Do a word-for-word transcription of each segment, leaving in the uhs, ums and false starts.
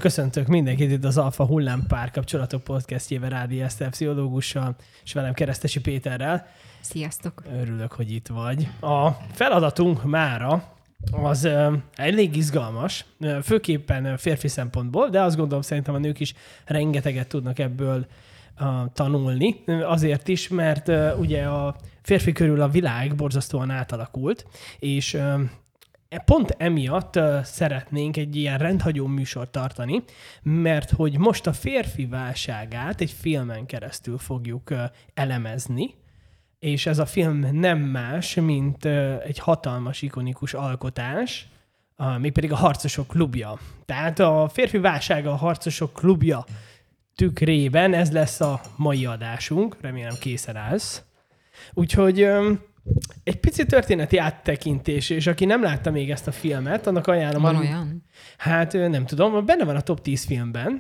köszöntök mindenkit itt az Alfa Hullám Párkapcsolatok podcastjével Rádi Eszter pszichológussal, és velem Keresztesi Péterrel. Sziasztok! Örülök, hogy itt vagy. A feladatunk mára az uh, elég izgalmas, uh, főképpen férfi szempontból, de azt gondolom, szerintem a nők is rengeteget tudnak ebből uh, tanulni. Azért is, mert uh, ugye a férfi körül a világ borzasztóan átalakult, és uh, pont emiatt uh, szeretnénk egy ilyen rendhagyó műsort tartani, mert hogy most a férfi válságát egy filmen keresztül fogjuk uh, elemezni, és ez a film nem más, mint uh, egy hatalmas, ikonikus alkotás, uh, mégpedig a Harcosok klubja. Tehát a férfi válsága a Harcosok klubja tükrében ez lesz a mai adásunk, remélem készen állsz. Úgyhogy um, egy pici történeti áttekintés, és aki nem látta még ezt a filmet, annak ajánlom. Van hogy, olyan? Hát nem tudom, benne van a top tíz filmben.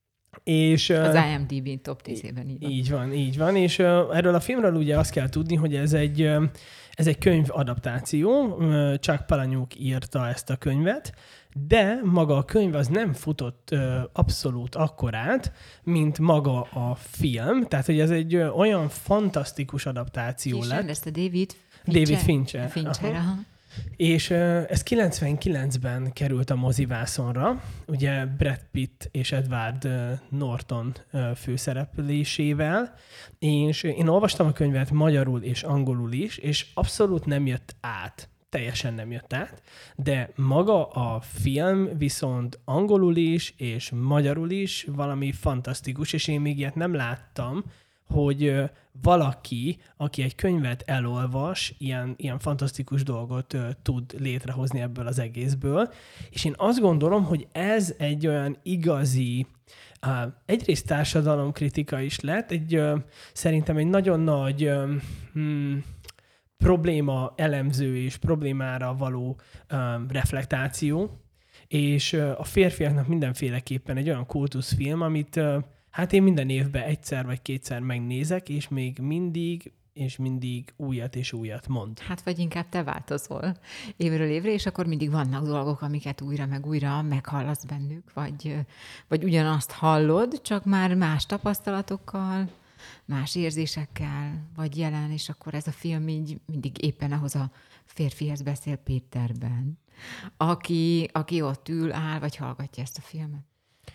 És, az I M D B top tízében így van. Így van, így van. És uh, erről a filmről ugye azt kell tudni, hogy ez egy, uh, ez egy könyv adaptáció. Uh, Chuck Palahniuk írta ezt a könyvet, de maga a könyv az nem futott uh, abszolút akkorát, mint maga a film. Tehát, hogy ez egy uh, olyan fantasztikus adaptáció Ki lett. ezt a David Fincher? David Fincher. Fincher, aha. És uh, ez kilencvenkilencben került a mozivászonra, ugye Brad Pitt és Edward uh, Norton uh, főszereplésével, és én olvastam a könyvet magyarul és angolul is, és abszolút nem jött át, teljesen nem jött át, de maga a film viszont angolul is és magyarul is valami fantasztikus, és én még ilyet nem láttam, hogy valaki, aki egy könyvet elolvas, ilyen, ilyen fantasztikus dolgot uh, tud létrehozni ebből az egészből. És én azt gondolom, hogy ez egy olyan igazi, uh, egyrészt társadalomkritika is lett, egy, uh, szerintem egy nagyon nagy uh, hmm, probléma elemző és problémára való uh, reflektáció, és uh, a férfiaknak mindenféleképpen egy olyan kultuszfilm, amit uh, hát én minden évben egyszer vagy kétszer megnézek, és még mindig, és mindig újat és újat mond. Hát vagy inkább te változol évről évre, és akkor mindig vannak dolgok, amiket újra meg újra meghallasz bennük, vagy, vagy ugyanazt hallod, csak már más tapasztalatokkal, más érzésekkel vagy jelen, és akkor ez a film így mindig éppen ahhoz a férfihez beszél Péterben, aki, aki ott ül, áll, vagy hallgatja ezt a filmet.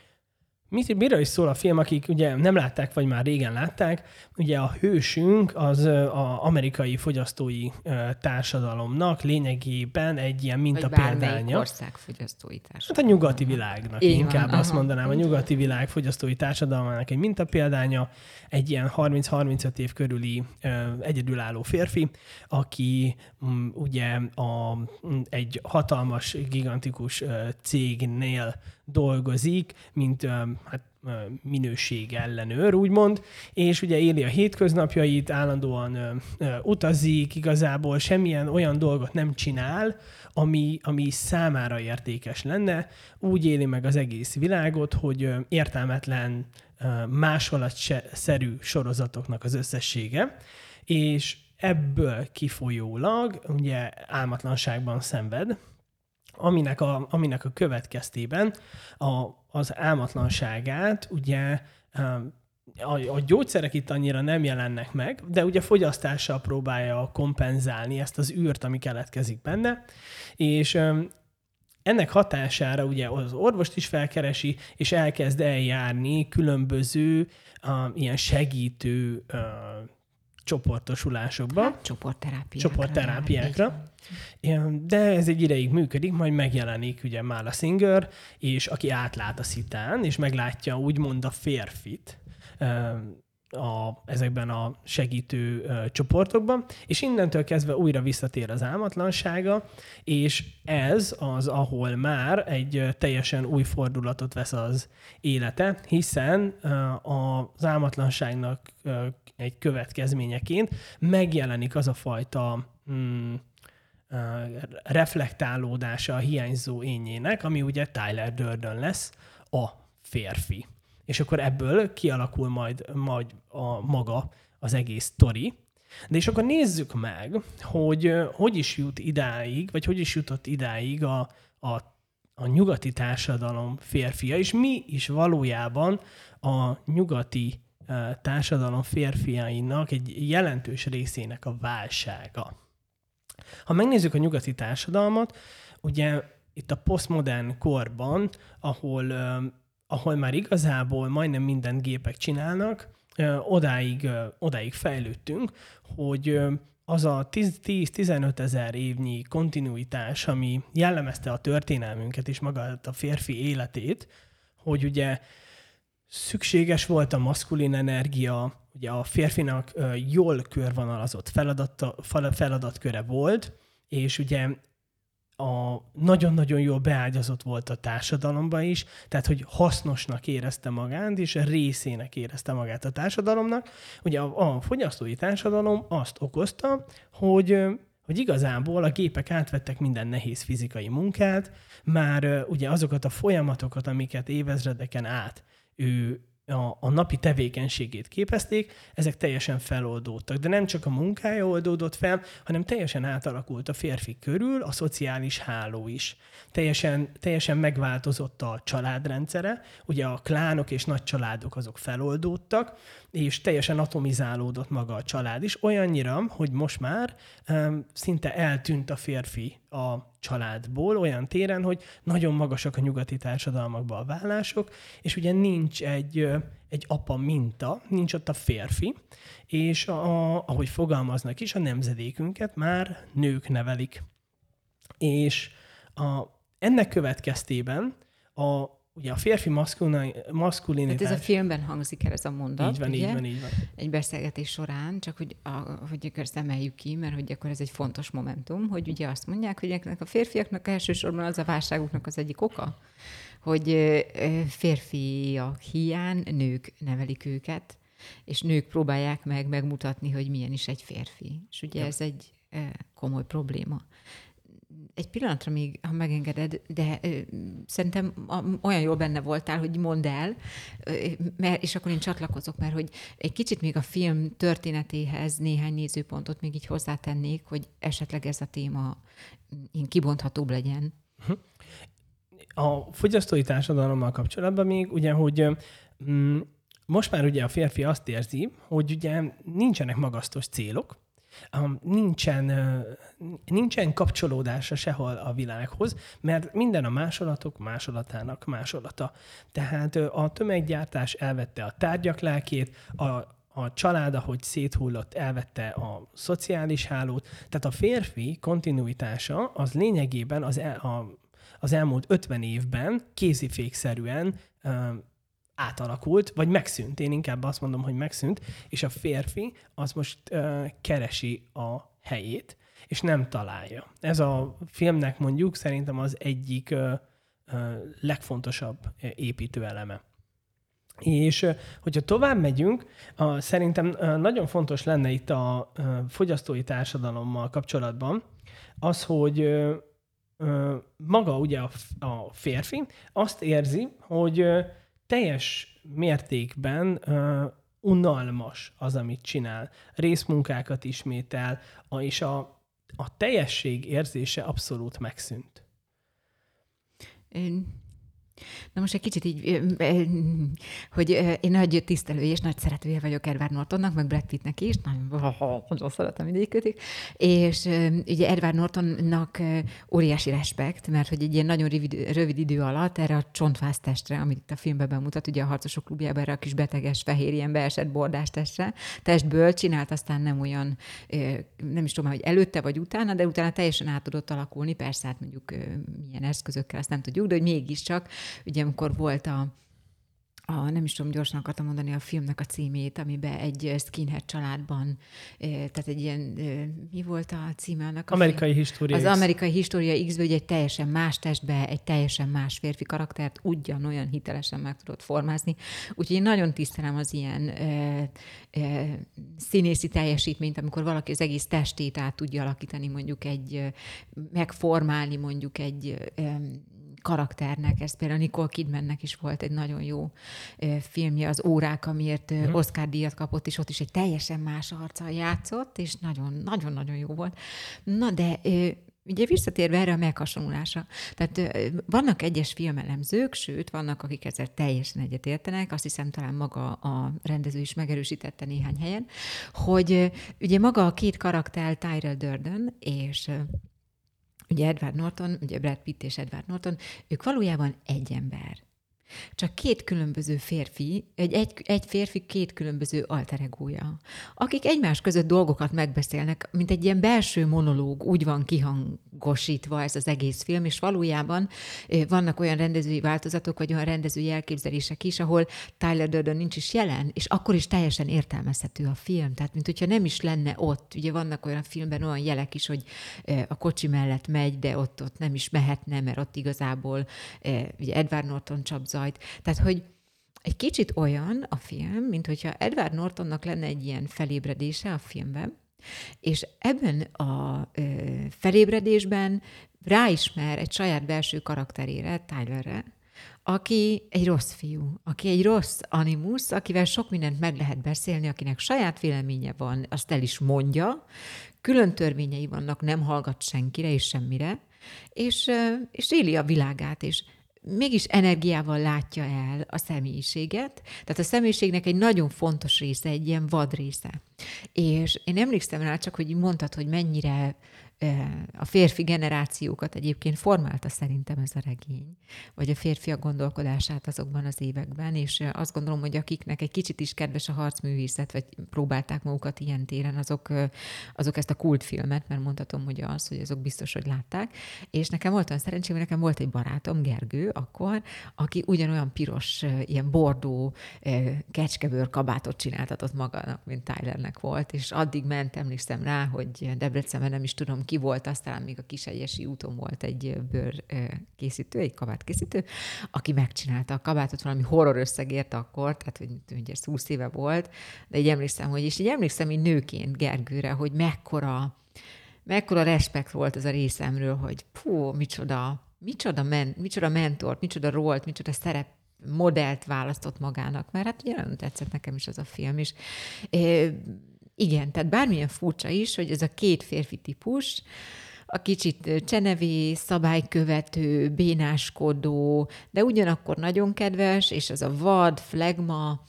Miről is szól a film, akik ugye nem látták, vagy már régen látták? Ugye a hősünk az az amerikai fogyasztói társadalomnak lényegében egy ilyen mintapéldánya. Vagy bármelyik ország fogyasztói társadalom. Hát a nyugati világnak Így inkább van, azt aha. mondanám, a nyugati világ fogyasztói társadalmának egy mintapéldánya, egy ilyen harminc-harmincöt év körüli egyedülálló férfi, aki um, ugye a, egy hatalmas, gigantikus cégnél dolgozik, mint hát, minőség ellenőr, úgymond, és ugye éli a hétköznapjait, állandóan ö, ö, utazik, igazából semmilyen olyan dolgot nem csinál, ami, ami számára értékes lenne. Úgy éli meg az egész világot, hogy ö, értelmetlen, ö, másolatszerű sorozatoknak az összessége, és ebből kifolyólag ugye álmatlanságban szenved, Aminek a, aminek a következtében a, az álmatlanságát ugye a, a gyógyszerek itt annyira nem jelennek meg, de ugye fogyasztással próbálja kompenzálni ezt az űrt, ami keletkezik benne, és ennek hatására ugye az orvost is felkeresi, és elkezd eljárni különböző uh, ilyen segítő uh, csoportosulásokba. Hát, csoportterápiákra. Csoportterápiákra. De ez egy ideig működik, majd megjelenik ugye Marla Singer, és aki átlát a szitán, és meglátja úgymond a férfit a, ezekben a segítő uh, csoportokban, és innentől kezdve újra visszatér az álmatlansága, és ez az, ahol már egy uh, teljesen új fordulatot vesz az élete, hiszen uh, az álmatlanságnak uh, egy következményeként megjelenik az a fajta mm, uh, reflektálódása a hiányzó énjének, ami ugye Tyler Durden lesz, a férfi. És akkor ebből kialakul majd, majd a maga az egész sztori. De és akkor nézzük meg, hogy hogy is jut idáig, vagy hogy is jutott idáig a, a, a nyugati társadalom férfia, és mi is valójában a nyugati társadalom férfiainak egy jelentős részének a válsága. Ha megnézzük a nyugati társadalmat, ugye itt a posztmodern korban, ahol, ahol már igazából majdnem mindent gépek csinálnak, odáig, odáig fejlődtünk, hogy az a tíz-tizenöt ezer évnyi kontinuitás, ami jellemezte a történelmünket és magát a férfi életét, hogy ugye szükséges volt a maszkulin energia, ugye a férfinak jól körvonalazott feladata, feladatköre volt, és ugye a nagyon-nagyon jól beágyazott volt a társadalomba is, tehát hogy hasznosnak érezte magát, és részének érezte magát a társadalomnak. Ugye a, a fogyasztói társadalom azt okozta, hogy, hogy igazából a gépek átvettek minden nehéz fizikai munkát, már ugye azokat a folyamatokat, amiket évezredeken át ő a, a napi tevékenységét képezték, ezek teljesen feloldódtak. De nem csak a munkája oldódott fel, hanem teljesen átalakult a férfi körül a szociális háló is. Teljesen, teljesen megváltozott a családrendszere, ugye a klánok és nagy családok azok feloldódtak, és teljesen atomizálódott maga a család is, olyannyira, hogy most már um, szinte eltűnt a férfi a családból, olyan téren, hogy nagyon magasak a nyugati társadalmakban a vállások, és ugye nincs egy, egy apa minta, nincs ott a férfi, és a, ahogy fogalmaznak is, a nemzedékünket már nők nevelik. És a, ennek következtében a Ugye a férfi maszkulinitás... Tehát ez a filmben hangzik el ez a mondat, így van, ugye? így van, így van. Egy beszélgetés során, csak hogy, a, hogy akkor ezt emeljük ki, mert hogy akkor ez egy fontos momentum, hogy ugye azt mondják, hogy a férfiaknak elsősorban az a válságuknak az egyik oka, hogy férfiak hiány nők nevelik őket, és nők próbálják meg megmutatni, hogy milyen is egy férfi. És ugye ja. ez egy komoly probléma. Egy pillanatra még, ha megengeded, de ö, szerintem a, olyan jól benne voltál, hogy mondd el, ö, mert, és akkor én csatlakozok, mert hogy egy kicsit még a film történetéhez néhány nézőpontot még így hozzátennék, hogy esetleg ez a téma én kibonthatóbb legyen. A fogyasztói társadalommal kapcsolatban még ugye, hogy mm, most már ugye a férfi azt érzi, hogy ugye nincsenek magasztos célok, Um, nincsen, uh, nincsen kapcsolódása sehol a világhoz, mert minden a másolatok másolatának másolata. Tehát uh, a tömeggyártás elvette a tárgyak lelkét, a, a család, ahogy széthullott, elvette a szociális hálót. Tehát a férfi kontinuitása az lényegében az, el, a, az elmúlt ötven évben kézifékszerűen uh, átalakult, vagy megszűnt. Én inkább azt mondom, hogy megszűnt, és a férfi az most uh, keresi a helyét, és nem találja. Ez a filmnek mondjuk szerintem az egyik uh, uh, legfontosabb építőeleme. És uh, hogyha tovább megyünk, uh, szerintem uh, nagyon fontos lenne itt a uh, fogyasztói társadalommal kapcsolatban az, hogy uh, uh, maga ugye a, a férfi azt érzi, hogy uh, teljes mértékben uh, unalmas az, amit csinál. Részmunkákat ismétel, a, és a, a teljesség érzése abszolút megszűnt. Én... Na most egy kicsit így, hogy én nagy tisztelője és nagy szeretője vagyok Edward Nortonnak, meg Brad Pittnek is, nagyon, nagyon szeretem mindegyikőtik, és ugye Edward Nortonnak óriási respekt, mert hogy egy ilyen nagyon rövid, rövid idő alatt erre a csontváz testre, amit itt a filmben bemutat, ugye a Harcosok klubjában erre a kis beteges, fehér, ilyen beesett bordás testre, testből csinált aztán nem olyan, nem is tudom, hogy előtte vagy utána, de utána teljesen át tudott alakulni, persze hát mondjuk milyen eszközökkel, azt nem tudjuk, de hogy mégiscsak ugye amikor volt a, a, nem is tudom, gyorsan akartam mondani a filmnek a címét, amiben egy skinhead családban, tehát egy ilyen, mi volt a címe annak? Amerikai História Az Amerikai História X-ben ugye egy teljesen más testbe, egy teljesen más férfi karaktert ugyanolyan hitelesen meg tudott formázni. Úgyhogy én nagyon tisztelem az ilyen e, e, színészi teljesítményt, amikor valaki az egész testét át tudja alakítani, mondjuk egy, megformálni mondjuk egy e, karakternek. Ez például Nicole Kidmannek is volt egy nagyon jó uh, filmje, az Órák, amiért uh, Oscar-díjat kapott, és ott is egy teljesen más arccal játszott, és nagyon-nagyon-nagyon jó volt. Na, de uh, Ugye visszatérve erre a meghasonlulásra. Tehát vannak egyes filmelemzők, sőt, vannak, akik ezzel teljesen egyetértenek, azt hiszem talán maga a rendező is megerősítette néhány helyen, hogy ugye maga a két karakter, Tyrell Durden és ugye Edward Norton, ugye Brad Pitt és Edward Norton, ők valójában egy ember. Csak két különböző férfi, egy, egy, egy férfi két különböző alter egója, akik egymás között dolgokat megbeszélnek, mint egy ilyen belső monológ, úgy van kihangosítva ez az egész film, és valójában vannak olyan rendezői változatok, vagy olyan rendezői elképzelések is, ahol Tyler Durden nincs is jelen, és akkor is teljesen értelmezhető a film. Tehát, mint hogyha nem is lenne ott. Ugye vannak olyan filmben olyan jelek is, hogy a kocsi mellett megy, de ott, ott nem is mehetne, mert ott igazából ugye Edward Norton csapza. Tehát, hogy egy kicsit olyan a film, mint hogyha Edward Nortonnak lenne egy ilyen felébredése a filmben, és ebben a ö, felébredésben ráismer egy saját belső karakterére, Tylerre, aki egy rossz fiú, aki egy rossz animus, akivel sok mindent meg lehet beszélni, akinek saját véleménye van, azt el is mondja, külön törvényei vannak, nem hallgat senkire és semmire, és, és éli a világát, és mégis energiával látja el a személyiséget. Tehát a személyiségnek egy nagyon fontos része, egy ilyen vad része. És én emlékszem rá csak, hogy mondtad, hogy mennyire a férfi generációkat egyébként formálta szerintem ez a regény, vagy a férfiak gondolkodását azokban az években, és azt gondolom, hogy akiknek egy kicsit is kedves a harcművészet, vagy próbálták magukat ilyen téren, azok, azok ezt a kultfilmet, mert mondhatom, hogy az, hogy azok biztos, hogy látták, és nekem volt olyan szerencsém, hogy nekem volt egy barátom, Gergő, akkor, aki ugyanolyan piros, ilyen bordó kecskebőr kabátot csináltatott magának, mint Tylernek volt, és addig ment, emlékszem rá, hogy Debrecenben nem is tudom, ki volt, aztán még a Kisegyesi úton volt egy bőrkészítő, egy kabátkészítő, aki megcsinálta a kabátot valami horror összegért akkor, tehát hogy ugye húsz éve volt, de így emlékszem, hogy és így emlékszem így nőként Gergőre, hogy mekkora, mekkora respekt volt ez a részemről, hogy pú, micsoda, micsoda, men, micsoda mentort, micsoda rolt, micsoda szerep modellt választott magának, mert hát ugye nagyon tetszett nekem is az a film is. Igen, tehát bármilyen furcsa is, hogy ez a két férfi típus, a kicsit csenevé, szabálykövető, bénáskodó, de ugyanakkor nagyon kedves, és az a vad, flegma,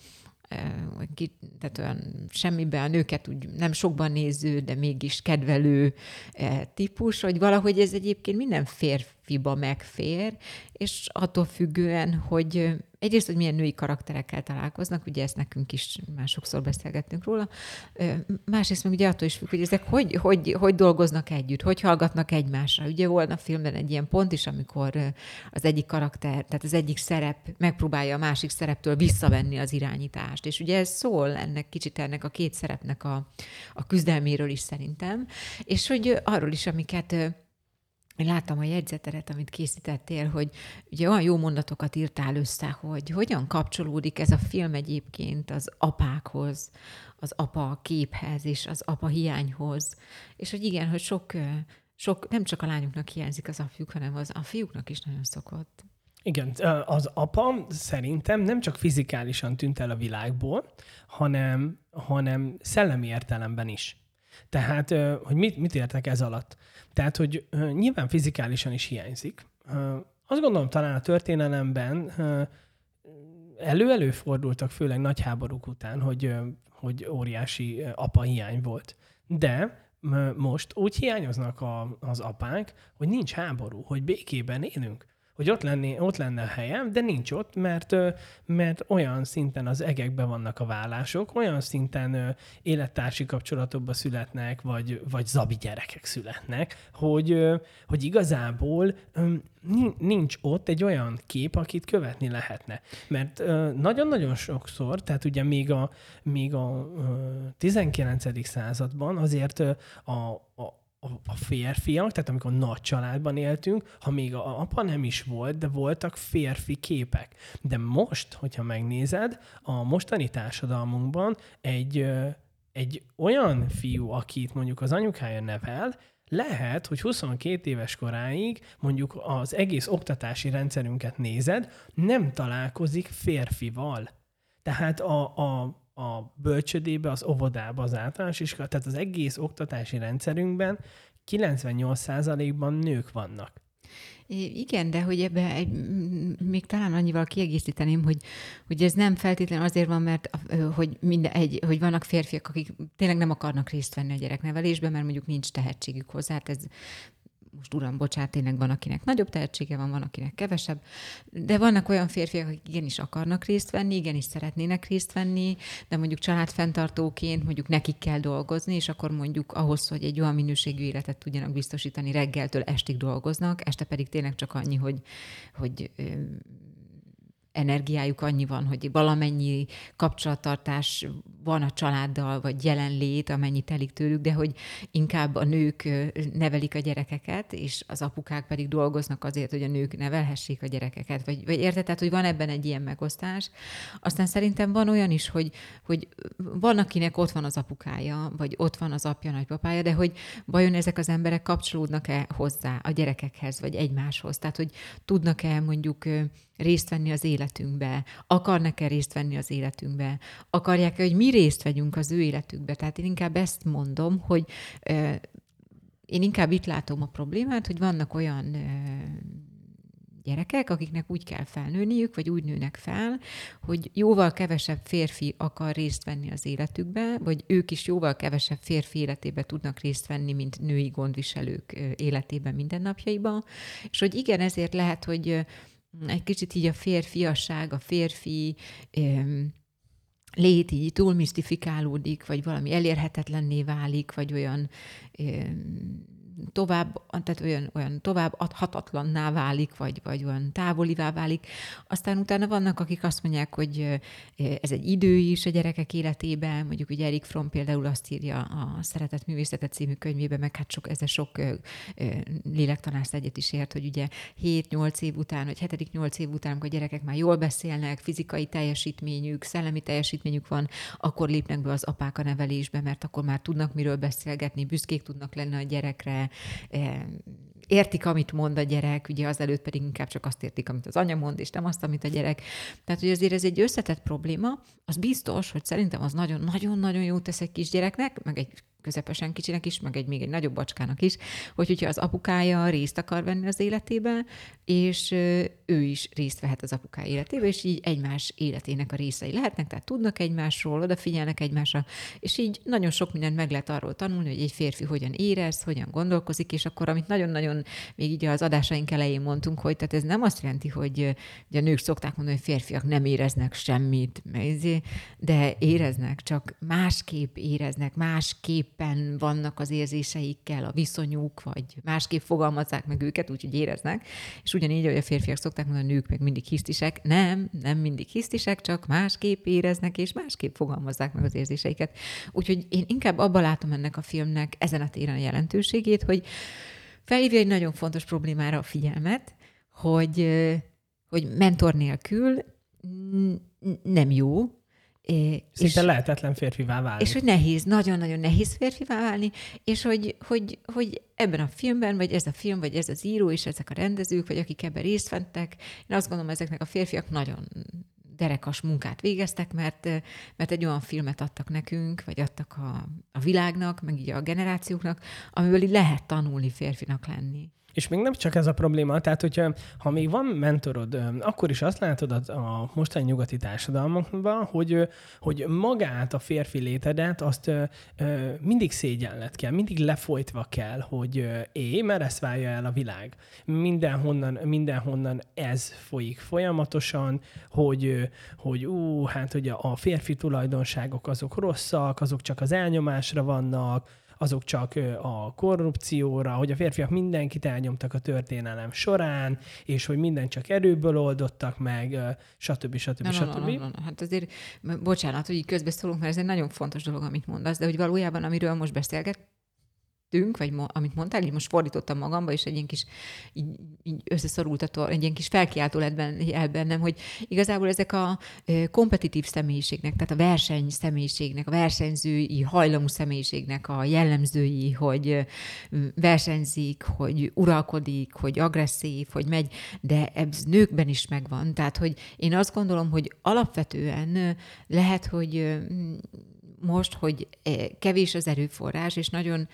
tehát olyan semmiben a nőket úgy nem sokban néző, de mégis kedvelő típus, hogy valahogy ez egyébként minden férfiba megfér, és attól függően, hogy egyrészt, hogy milyen női karakterekkel találkoznak, ugye ezt nekünk is már sokszor beszélgettünk róla, másrészt meg ugye attól is függ, hogy ezek hogy, hogy, hogy dolgoznak együtt, hogy hallgatnak egymásra. Ugye volt a filmben egy ilyen pont is, amikor az egyik karakter, tehát az egyik szerep megpróbálja a másik szereptől visszavenni az irányítást, és ugye ez szól ennek kicsit ennek a két szerepnek a, a küzdelméről is szerintem, és hogy arról is, amiket én láttam a jegyzeteret, amit készítettél, hogy ugye olyan jó mondatokat írtál össze, hogy hogyan kapcsolódik ez a film egyébként az apákhoz, az apa képhez és az apa hiányhoz. És hogy igen, hogy sok, sok nem csak a lányoknak hiányzik az apjuk, hanem az a fiúknak is nagyon szokott. Igen, az apa szerintem nem csak fizikálisan tűnt el a világból, hanem, hanem szellemi értelemben is. Tehát, hogy mit, mit értek ez alatt? Tehát, hogy nyilván fizikálisan is hiányzik. Azt gondolom, talán a történelemben elő-elő fordultak, főleg nagy háborúk után, hogy, hogy óriási apa hiány volt. De most úgy hiányoznak a, az apák, hogy nincs háború, hogy békében élünk. Hogy ott, lenné, ott lenne a helyem, de nincs ott, mert, mert olyan szinten az egekben vannak a vállások, olyan szinten élettársi kapcsolatokban születnek, vagy, vagy zabi gyerekek születnek, hogy, hogy igazából nincs ott egy olyan kép, akit követni lehetne. Mert nagyon-nagyon sokszor, tehát ugye még a, még a tizenkilencedik században azért a, a a férfiak, tehát amikor nagy családban éltünk, ha még a apa nem is volt, de voltak férfi képek. De most, hogyha megnézed, a mostani társadalmunkban egy, egy olyan fiú, akit mondjuk az anyukája nevel, lehet, hogy huszonkét éves koráig mondjuk az egész oktatási rendszerünket nézed, nem találkozik férfival. Tehát a, a a bölcsödébe, az óvodába, az általános iskola, tehát az egész oktatási rendszerünkben kilencvennyolc százalékban nők vannak. Igen, de hogy ebbe egy, még talán annyival kiegészíteném, hogy, hogy ez nem feltétlenül azért van, mert hogy, minden, egy, hogy vannak férfiak, akik tényleg nem akarnak részt venni a gyereknevelésben, mert mondjuk nincs tehetségük hozzá. Hát ez most uram, bocsánat, tényleg van, akinek nagyobb tehetsége van, van, akinek kevesebb, de vannak olyan férfiak, akik igenis akarnak részt venni, igenis szeretnének részt venni, de mondjuk családfenntartóként mondjuk nekik kell dolgozni, és akkor mondjuk ahhoz, hogy egy olyan minőségű életet tudjanak biztosítani, reggeltől estig dolgoznak, este pedig tényleg csak annyi, hogy, hogy energiájuk annyi van, hogy valamennyi kapcsolattartás van a családdal, vagy jelenlét, amennyi telik tőlük, de hogy inkább a nők nevelik a gyerekeket, és az apukák pedig dolgoznak azért, hogy a nők nevelhessék a gyerekeket. Vagy, vagy érted? Tehát, hogy van ebben egy ilyen megosztás. Aztán szerintem van olyan is, hogy, hogy van, akinek ott van az apukája, vagy ott van az apja, nagypapája, de hogy vajon ezek az emberek kapcsolódnak-e hozzá a gyerekekhez, vagy egymáshoz? Tehát, hogy tudnak-e mondjuk részt venni az életünkbe, akarnak-e részt venni az életünkbe, akarják-e, hogy mi részt vegyünk az ő életükbe. Tehát én inkább ezt mondom, hogy euh, én inkább itt látom a problémát, hogy vannak olyan euh, gyerekek, akiknek úgy kell felnőniük, vagy úgy nőnek fel, hogy jóval kevesebb férfi akar részt venni az életükbe, vagy ők is jóval kevesebb férfi életébe tudnak részt venni, mint női gondviselők életében mindennapjaiban. És hogy igen, ezért lehet, hogy egy kicsit így a férfiasság, a férfi öm, lét így túl misztifikálódik, vagy valami elérhetetlenné válik, vagy olyan öm, tovább, tehát olyan, olyan tovább adhatatlanná válik, vagy, vagy olyan távolivá válik. Aztán utána vannak, akik azt mondják, hogy ez egy idő is a gyerekek életében, mondjuk ugye Erich Fromm például azt írja a Szeretet művészete című könyvében, meg hát sok, ezzel sok lélektanász egyet is ért, hogy ugye hét-nyolc év után, vagy hetedik-nyolc év után, amikor a gyerekek már jól beszélnek, fizikai teljesítményük, szellemi teljesítményük van, akkor lépnek be az apák a nevelésbe, mert akkor már tudnak miről beszélgetni, büszkék tudnak lenni a gyerekre, értik, amit mond a gyerek, ugye azelőtt pedig inkább csak azt értik, amit az anya mond, és nem azt, amit a gyerek. Tehát, hogy azért ez egy összetett probléma, az biztos, hogy szerintem az nagyon-nagyon-nagyon jó tesz egy kisgyereknek, meg egy közepesen kicsinek is, meg egy még egy nagyobb bacskának is, hogy hogyha az apukája részt akar venni az életébe, és ő is részt vehet az apukája életébe, és így egymás életének a részei lehetnek, tehát tudnak egymásról, odafigyelnek egymásra, és így nagyon sok mindent meg lehet arról tanulni, hogy egy férfi hogyan érez, hogyan gondolkozik, és akkor, amit nagyon-nagyon még így az adásaink elején mondtunk, hogy tehát ez nem azt jelenti, hogy, hogy a nők szokták mondani, hogy férfiak nem éreznek semmit, de éreznek, csak másképp éreznek, másképp vannak az érzéseikkel, a viszonyuk, vagy másképp fogalmazzák meg őket, úgyhogy éreznek. És ugyanígy, hogy a férfiak szokták mondani, a nők meg mindig hisztisek. Nem, nem mindig hisztisek, csak másképp éreznek, és másképp fogalmazzák meg az érzéseiket. Úgyhogy én inkább abba látom ennek a filmnek ezen a téren a jelentőségét, hogy felhívja egy nagyon fontos problémára a figyelmet, hogy, hogy mentor nélkül nem jó, Szinte és, lehetetlen férfivá válni. És hogy nehéz, nagyon-nagyon nehéz férfivá válni, és hogy, hogy, hogy ebben a filmben, vagy ez a film, vagy ez az író, és ezek a rendezők, vagy akik ebben részt vettek, én azt gondolom, ezeknek a férfiak nagyon derekas munkát végeztek, mert, mert egy olyan filmet adtak nekünk, vagy adtak a, a világnak, meg így a generációknak, amiből így lehet tanulni férfinak lenni. És még nem csak ez a probléma, tehát hogyha ha még van mentorod, akkor is azt látod a mostani nyugati társadalmakban, hogy, hogy magát a férfi létedet azt mindig szégyenlet kell, mindig lefolytva kell, hogy é, mert ezt várja el a világ. Mindenhonnan, mindenhonnan ez folyik folyamatosan, hogy, hogy ú, hát hogy a férfi tulajdonságok azok rosszak, azok csak az elnyomásra vannak, azok csak a korrupcióra, hogy a férfiak mindenkit elnyomtak a történelem során, és hogy minden csak erőből oldottak meg, stb. stb. No, stb. No, no, no, no. Hát azért, bocsánat, hogy így közbeszólunk, mert ez egy nagyon fontos dolog, amit mondasz, de hogy valójában, amiről most beszélget, vagy mo- amit mondtál, így most fordítottam magamba, és egy ilyen kis így, így összeszorultató, egy ilyen kis felkiáltó lett el bennem, hogy igazából ezek a kompetitív személyiségnek, tehát a verseny személyiségnek, a versenyzői hajlamú személyiségnek a jellemzői, hogy versenyzik, hogy uralkodik, hogy agresszív, hogy megy, de ez nőkben is megvan. Tehát, hogy én azt gondolom, hogy alapvetően lehet, hogy most, hogy kevés az erőforrás, és nagyon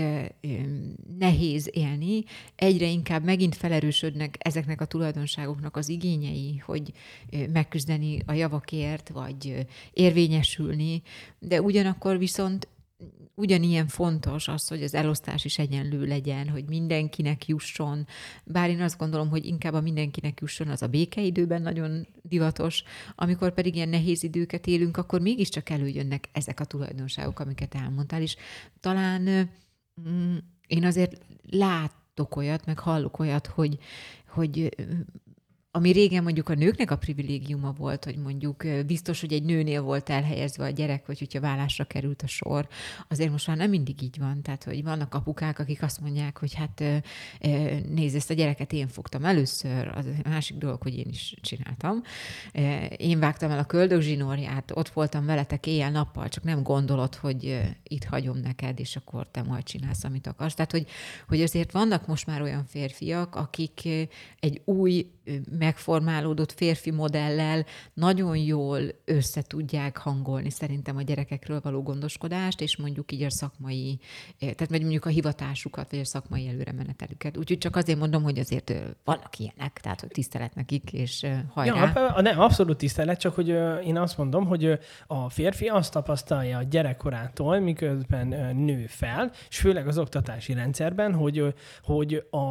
nehéz élni, egyre inkább megint felerősödnek ezeknek a tulajdonságoknak az igényei, hogy megküzdeni a javakért, vagy érvényesülni, de ugyanakkor viszont ugyanilyen fontos az, hogy az elosztás is egyenlő legyen, hogy mindenkinek jusson, bár én azt gondolom, hogy inkább a mindenkinek jusson, az a békeidőben nagyon divatos, amikor pedig ilyen nehéz időket élünk, akkor mégiscsak előjönnek ezek a tulajdonságok, amiket elmondtál, és talán mm, én azért látok olyat, meg hallok olyat, hogy, hogy ami régen mondjuk a nőknek a privilégiuma volt, hogy mondjuk biztos, hogy egy nőnél volt elhelyezve a gyerek, vagy hogyha vállásra került a sor, azért most már nem mindig így van. Tehát, hogy vannak apukák, akik azt mondják, hogy hát nézd, ezt a gyereket én fogtam először, az a másik dolog, hogy én is csináltam. Én vágtam el a köldögzsinórját, ott voltam veletek éjjel-nappal, csak nem gondolod, hogy itt hagyom neked, és akkor te majd csinálsz, amit akarsz. Tehát, hogy, hogy azért vannak most már olyan férfiak, akik egy új megformálódott férfi modellel nagyon jól össze tudják hangolni szerintem a gyerekekről való gondoskodást, és mondjuk így a szakmai, tehát mondjuk a hivatásukat, vagy a szakmai előremenetelüket. Úgyhogy csak azért mondom, hogy azért vannak ilyenek, tehát hogy tisztelet nekik, és hajrá. Ja, nem, abszolút tisztelet, csak hogy én azt mondom, hogy a férfi azt tapasztalja a gyerekkorától, miközben nő fel, és főleg az oktatási rendszerben, hogy, hogy a,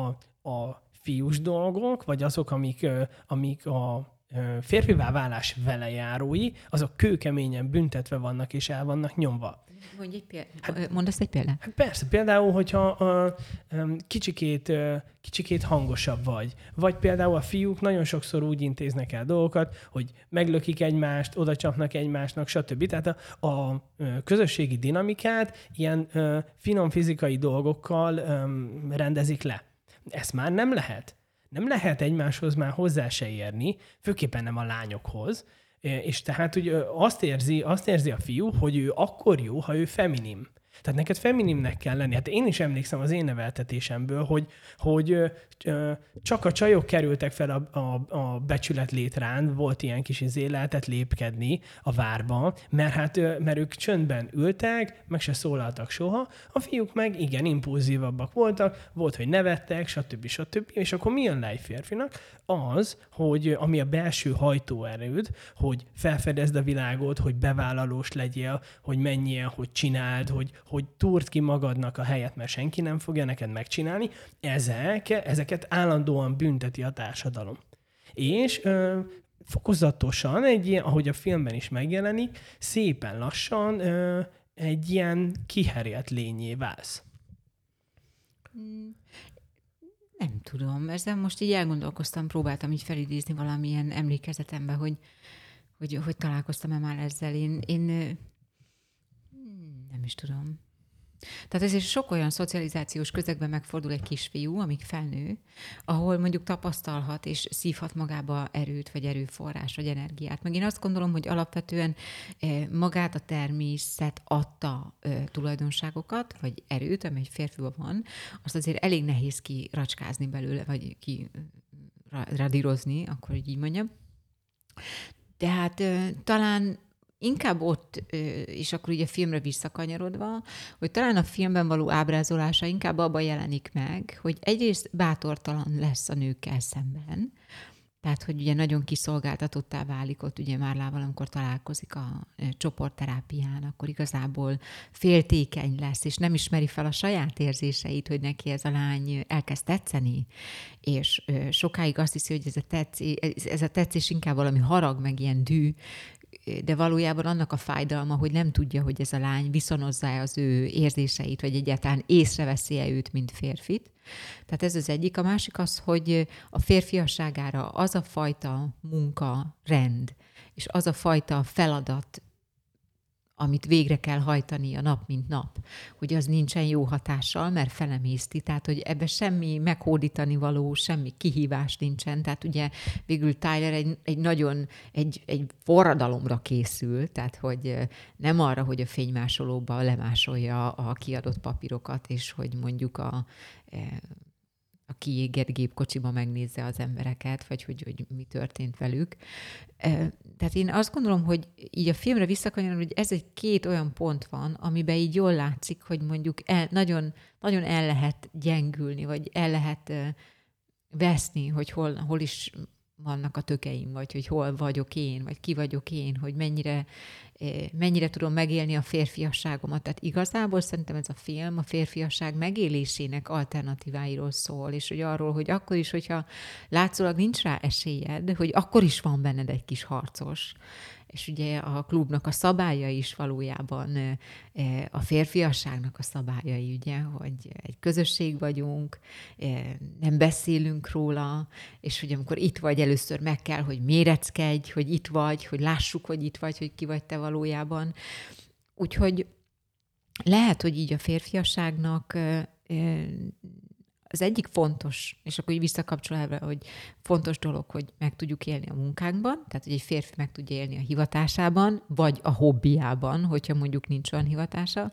a fiús dolgok, vagy azok, amik, amik a férfivá válás velejárói, azok kőkeményen büntetve vannak és el vannak nyomva. Mondj egy példát. Hát, mondasz egy példát? Hát persze, például, hogyha a, kicsikét, kicsikét hangosabb vagy, vagy például a fiúk nagyon sokszor úgy intéznek el dolgokat, hogy meglökik egymást, oda csapnak egymásnak, stb. Tehát a, a közösségi dinamikát ilyen finom fizikai dolgokkal rendezik le. Ezt már nem lehet. Nem lehet egymáshoz már hozzá se érni, főképpen nem a lányokhoz, és tehát ugye azt érzi, azt érzi a fiú, hogy ő akkor jó, ha ő feminim. Tehát neked feminimnek kell lenni. Hát én is emlékszem az én neveltetésemből, hogy, hogy ö, csak a csajok kerültek fel a, a, a becsület létrán, volt ilyen kis izé, lehetett lépkedni a várba, mert, hát, ö, mert ők csöndben ültek, meg se szólaltak soha, a fiúk meg igen, impulzívabbak voltak, volt, hogy nevettek, stb. stb. És akkor mi jön le egy férfinak? Az, hogy ami a belső hajtóerőd, hogy felfedezd a világot, hogy bevállalós legyél, hogy menjél, hogy csináld, hogy, hogy túrd ki magadnak a helyet, mert senki nem fogja neked megcsinálni, ezek, ezeket állandóan bünteti a társadalom. És ö, fokozatosan, egy ilyen, ahogy a filmben is megjelenik, szépen lassan ö, egy ilyen kiherélt lényé válsz. Nem tudom, ezzel most így elgondolkoztam, próbáltam így felidézni valamilyen emlékezetembe, hogy, hogy, hogy találkoztam-e már ezzel. Én, én nem is tudom. Tehát ezért sok olyan szocializációs közegben megfordul egy kisfiú, amíg felnő, ahol mondjuk tapasztalhat és szívhat magába erőt, vagy erőforrás, vagy energiát. Meg én azt gondolom, hogy alapvetően magát a természet adta tulajdonságokat, vagy erőt, amely egy férfiban van, azt azért elég nehéz kiracskázni belőle, vagy ki radírozni, akkor így mondjam. Tehát talán inkább ott, és akkor ugye a filmre visszakanyarodva, hogy talán a filmben való ábrázolása inkább abban jelenik meg, hogy egyrészt bátortalan lesz a nőkkel szemben, tehát, hogy ugye nagyon kiszolgáltatottá válik ott ugye Márlával, amikor találkozik a csoportterápián, akkor igazából féltékeny lesz, és nem ismeri fel a saját érzéseit, hogy neki ez a lány elkezd tetszeni, és sokáig azt hiszi, hogy ez a, tetszés, ez a tetszés inkább valami harag, meg ilyen dű, de valójában annak a fájdalma, hogy nem tudja, hogy ez a lány viszonozza az ő érzéseit, vagy egyáltalán észreveszi-e őt, mint férfit. Tehát ez az egyik. A másik az, hogy a férfiasságára az a fajta munka, rend, és az a fajta feladat, amit végre kell hajtani a nap, mint nap, hogy az nincsen jó hatással, mert felemészti, tehát hogy ebbe semmi meghódítani való, semmi kihívás nincsen, tehát ugye végül Tyler egy, egy nagyon, egy, egy forradalomra készül, tehát hogy nem arra, hogy a fénymásolóba lemásolja a kiadott papírokat, és hogy mondjuk a a kiégett gépkocsiba megnézze az embereket, vagy hogy, hogy mi történt velük. Tehát én azt gondolom, hogy így a filmre visszakanyarodva, hogy ez egy két olyan pont van, amiben így jól látszik, hogy mondjuk el, nagyon, nagyon el lehet gyengülni, vagy el lehet veszni, hogy hol, hol is vannak a tökeim, vagy hogy hol vagyok én, vagy ki vagyok én, hogy mennyire, mennyire tudom megélni a férfiasságomat. Tehát igazából szerintem ez a film a férfiasság megélésének alternatíváiról szól, és hogy arról, hogy akkor is, hogyha látszólag nincs rá esélyed, hogy akkor is van benned egy kis harcos. És ugye a klubnak a szabályai is valójában a férfiasságnak a szabályai, ugye, hogy egy közösség vagyunk, nem beszélünk róla, és hogy amikor itt vagy, először meg kell, hogy méreckedj, hogy itt vagy, hogy lássuk, hogy itt vagy, hogy ki vagy te valójában. Úgyhogy lehet, hogy így a férfiasságnak az egyik fontos, és akkor így visszakapcsolva, hogy fontos dolog, hogy meg tudjuk élni a munkánkban, tehát hogy egy férfi meg tudja élni a hivatásában, vagy a hobbiában, hogyha mondjuk nincs olyan hivatása,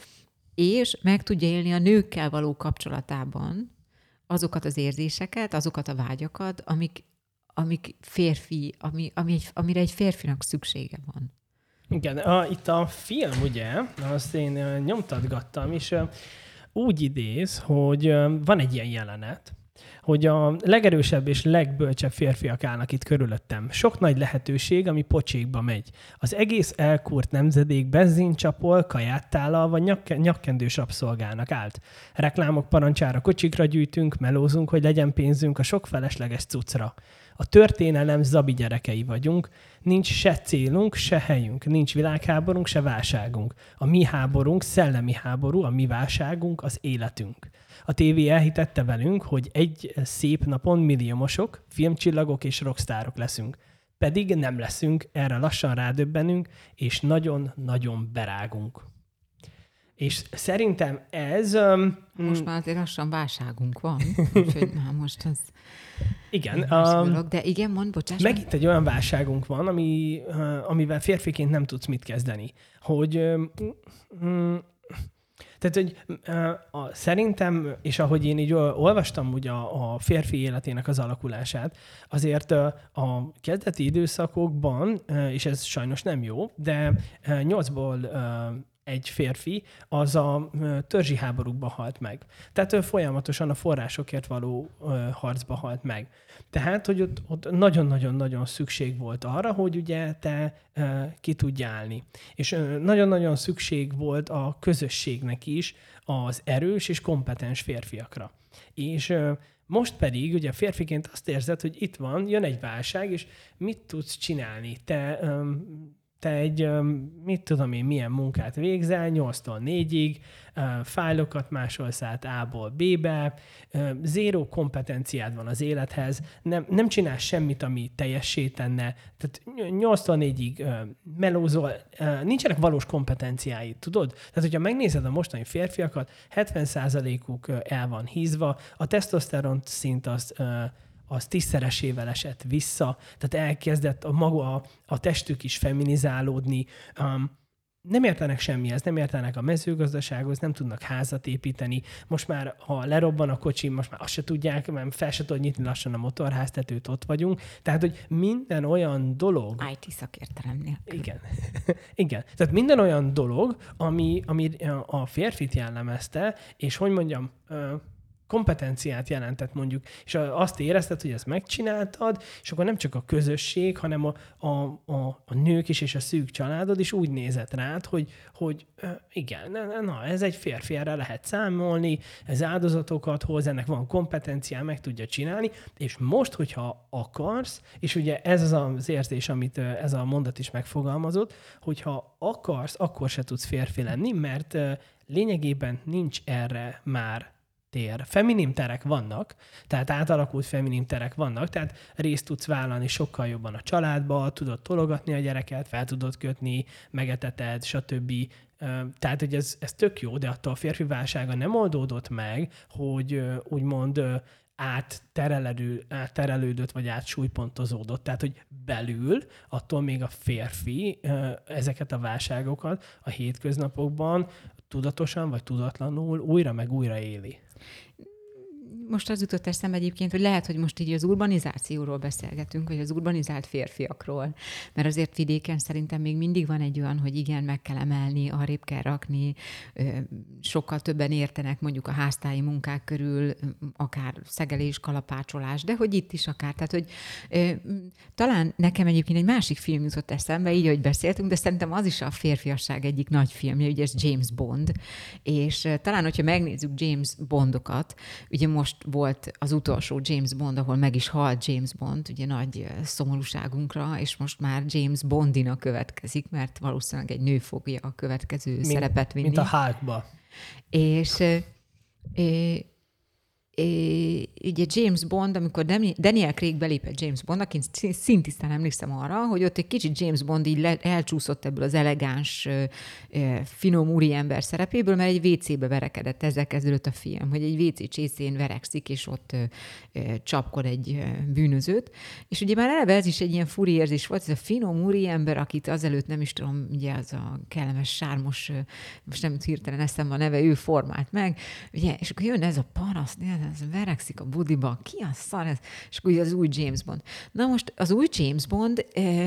és meg tudja élni a nőkkel való kapcsolatában azokat az érzéseket, azokat a vágyakat, amik, amik férfi, ami, ami egy, amire egy férfinak szüksége van. Igen, a, itt a film, ugye, azt én nyomtatgattam, és úgy idéz, hogy van egy ilyen jelenet, hogy a legerősebb és legbölcsebb férfiak állnak itt körülöttem. Sok nagy lehetőség, ami pocsékba megy. Az egész elkúrt nemzedék benzincsapol, kaját tálal, vagy nyak- nyakkendős rabszolgának állt. Reklámok parancsára kocsikra gyűjtünk, melózunk, hogy legyen pénzünk a sok felesleges cuccra. A történelem zabi gyerekei vagyunk, nincs se célunk, se helyünk, nincs világháborunk, se válságunk. A mi háborunk szellemi háború, a mi válságunk az életünk. A tévé elhitette velünk, hogy egy szép napon milliómosok, filmcsillagok és rockstárok leszünk. Pedig nem leszünk, erre lassan rádöbbenünk, és nagyon-nagyon berágunk. És szerintem ez... Um, most már azért lassan válságunk van, úgyhogy már most az... Igen. Um, de igen, mondd, bocsáss. Megint egy olyan válságunk van, ami, uh, amivel férfiként nem tudsz mit kezdeni. Hogy... Um, um, Tehát, hogy uh, a, szerintem, és ahogy én így olvastam ugye a, a férfi életének az alakulását, azért uh, a kezdeti időszakokban, uh, és ez sajnos nem jó, de uh, nyolcból uh, egy férfi az a uh, törzsi háborúkban halt meg. Tehát ő folyamatosan a forrásokért való uh, harcba halt meg. Tehát, hogy ott, ott nagyon-nagyon-nagyon szükség volt arra, hogy ugye te uh, ki tudj állni. És uh, nagyon-nagyon szükség volt a közösségnek is az erős és kompetens férfiakra. És uh, most pedig ugye férfiként azt érzed, hogy itt van, jön egy válság, és mit tudsz csinálni? Te... Um, te egy, mit tudom én, milyen munkát végzel, nyolctól négyig, fájlokat másolsz át A-ból B-be, zéró kompetenciád van az élethez, nem, nem csinálsz semmit, ami teljessé tenne, tehát nyolctól négyig melózol, nincsenek valós kompetenciáid, tudod? Tehát, hogyha megnézed a mostani férfiakat, hetven százalékuk el van hízva, a tesztoszteron szint az... az tízszeresével esett vissza, tehát elkezdett a maga a, a testük is feminizálódni. Um, nem értenek semmihez, nem értenek a mezőgazdasághoz, nem tudnak házat építeni. Most már, ha lerobban a kocsi, most már azt se tudják, mert fel se tud nyitni lassan a motorháztetőt, ott vagyunk. Tehát, hogy minden olyan dolog... í té szakértelem nélkül. Igen. Igen. Tehát minden olyan dolog, ami, ami a férfit jellemezte, és hogy mondjam... kompetenciát jelentett mondjuk, és azt érezted, hogy ezt megcsináltad, és akkor nem csak a közösség, hanem a, a, a, a nők is, és a szűk családod is úgy nézett rád, hogy, hogy igen, na, ez egy férfi, erre lehet számolni, ez áldozatokat hoz, ennek van kompetenciá, meg tudja csinálni, és most, hogyha akarsz, és ugye ez az az érzés, amit ez a mondat is megfogalmazott, hogyha akarsz, akkor se tudsz férfi lenni, mert lényegében nincs erre már tér. Feminim terek vannak, tehát átalakult feminim terek vannak, tehát részt tudsz vállalni sokkal jobban a családba, tudod tologatni a gyereket, fel tudod kötni, megeteted, stb. Tehát, hogy ez, ez tök jó, de attól a férfi válsága nem oldódott meg, hogy úgymond átterelődő, átterelődött, vagy átsúlypontozódott. Tehát, hogy belül attól még a férfi ezeket a válságokat a hétköznapokban tudatosan vagy tudatlanul újra meg újra éli. most az jutott eszembe egyébként, hogy lehet, hogy most így az urbanizációról beszélgetünk, vagy az urbanizált férfiakról, mert azért vidéken szerintem még mindig van egy olyan, hogy igen, meg kell emelni, arrébb kell rakni, sokkal többen értenek mondjuk a háztáji munkák körül, akár szegelés, kalapácsolás, de hogy itt is akár. Tehát, hogy talán nekem egyébként egy másik film jutott eszembe, így, hogy beszéltünk, de szerintem az is a férfiasság egyik nagy filmje, ugye ez James Bond, és talán, hogyha megnézzük James Bondokat, ugye most volt az utolsó James Bond, ahol meg is halt James Bond, ugye nagy szomorúságunkra, és most már James Bondina következik, mert valószínűleg egy nő fogja a következő mint, szerepet vinni. Mint a Hulkba. És é, É, ugye James Bond, amikor Daniel Craig belépett James Bondnak, én szintisztán emlékszem arra, hogy ott egy kicsit James Bond így le, elcsúszott ebből az elegáns, finom úriember szerepéből, mert egy vécébe verekedett, ezzel kezdődött a film, hogy egy vécé csészén verekszik, és ott csapkod egy bűnözőt. És ugye már eleve ez is egy ilyen furi érzés volt, ez a finom úriember, akit azelőtt nem is tudom, ugye az a kellemes, sármos, most nem hirtelen eszembe a neve, ő formált meg, ugye, és akkor jön ez a paraszt, ez verekszik a budiba, ki a szar ez? És akkor az új James Bond. Na most az új James Bond, eh,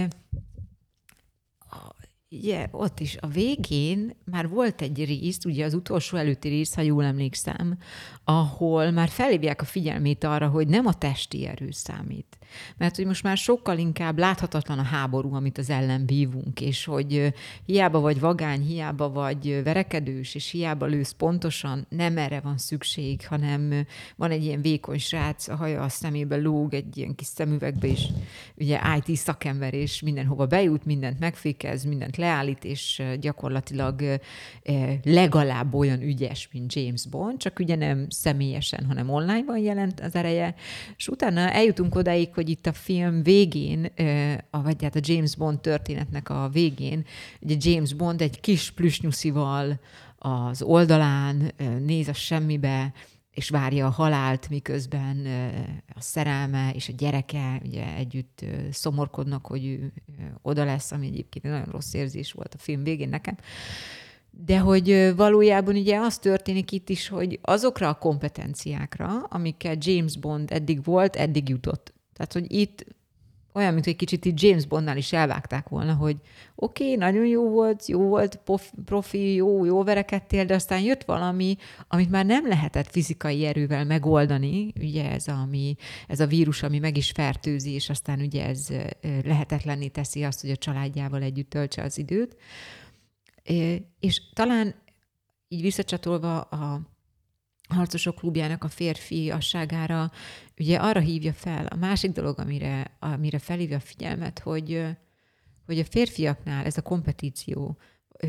ugye, ott is a végén már volt egy rész, ugye az utolsó előtti rész, ha jól emlékszem, ahol már felhívják a figyelmét arra, hogy nem a testi erő számít. Mert hogy most már sokkal inkább láthatatlan a háború, amit az ellen bívunk, és hogy hiába vagy vagány, hiába vagy verekedős, és hiába lősz pontosan, nem erre van szükség, hanem van egy ilyen vékony srác, a haja a szemébe lóg egy ilyen kis szemüvegbe, és ugye i té szakember, és mindenhova bejut, mindent megfékez, mindent leállít, és gyakorlatilag legalább olyan ügyes, mint James Bond, csak ugye nem személyesen, hanem online-ban jelent az ereje, és utána eljutunk odáig, hogy itt a film végén, vagy hát a James Bond történetnek a végén, ugye James Bond egy kis plüsnyuszival az oldalán néz a semmibe, és várja a halált, miközben a szerelme és a gyereke ugye együtt szomorkodnak, hogy ő oda lesz, ami egyébként nagyon rossz érzés volt a film végén nekem. De hogy valójában ugye az történik itt is, hogy azokra a kompetenciákra, amikkel James Bond eddig volt, eddig jutott. Tehát, hogy itt olyan, mint hogy kicsit itt James Bondnál is elvágták volna, hogy oké, okay, nagyon jó volt, jó volt, profi, jó, jó verekedtél, de aztán jött valami, amit már nem lehetett fizikai erővel megoldani, ugye ez a, ami, ez a vírus, ami meg is fertőzi, és aztán ugye ez lehetetlenné teszi azt, hogy a családjával együtt töltse az időt. És talán így visszacsatolva a Harcosok klubjának a férfiasságára, ugye arra hívja fel, a másik dolog, amire, amire felhívja a figyelmet, hogy, hogy a férfiaknál ez a kompetíció,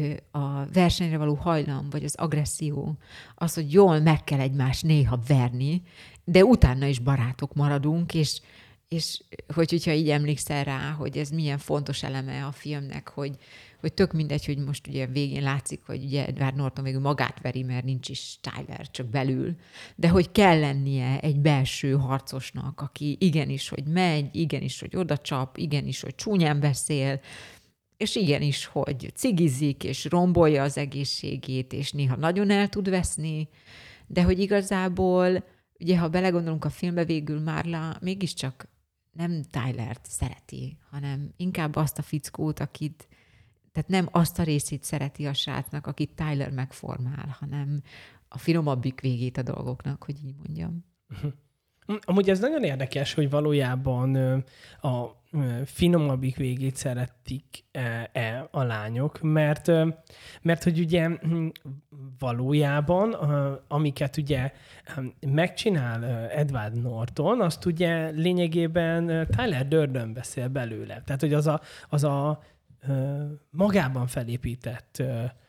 a versenyre való hajlam, vagy az agresszió, az, hogy jól meg kell egymást néha verni, de utána is barátok maradunk, és, és hogy, hogyha így emlékszel rá, hogy ez milyen fontos eleme a filmnek, hogy, hogy tök mindegy, hogy most ugye végén látszik, hogy ugye Edward Norton végül magát veri, mert nincs is Tyler, csak belül, de hogy kell lennie egy belső harcosnak, aki igenis, hogy megy, igenis, hogy oda csap, igenis, hogy csúnyán beszél, és igenis, hogy cigizik, és rombolja az egészségét, és néha nagyon el tud veszni, de hogy igazából, ugye ha belegondolunk a filmbe, végül Marla mégiscsak nem Tylert szereti, hanem inkább azt a fickót, akit, tehát nem azt a részét szereti a srácnak, akit Tyler megformál, hanem a finomabbik végét a dolgoknak, hogy így mondjam. Amúgy ez nagyon érdekes, hogy valójában a finomabbik végét szeretik-e a lányok, mert, mert hogy ugye valójában, amiket ugye megcsinál Edward Norton, azt ugye lényegében Tyler Durden beszél belőle. Tehát, hogy az a, az a magában felépített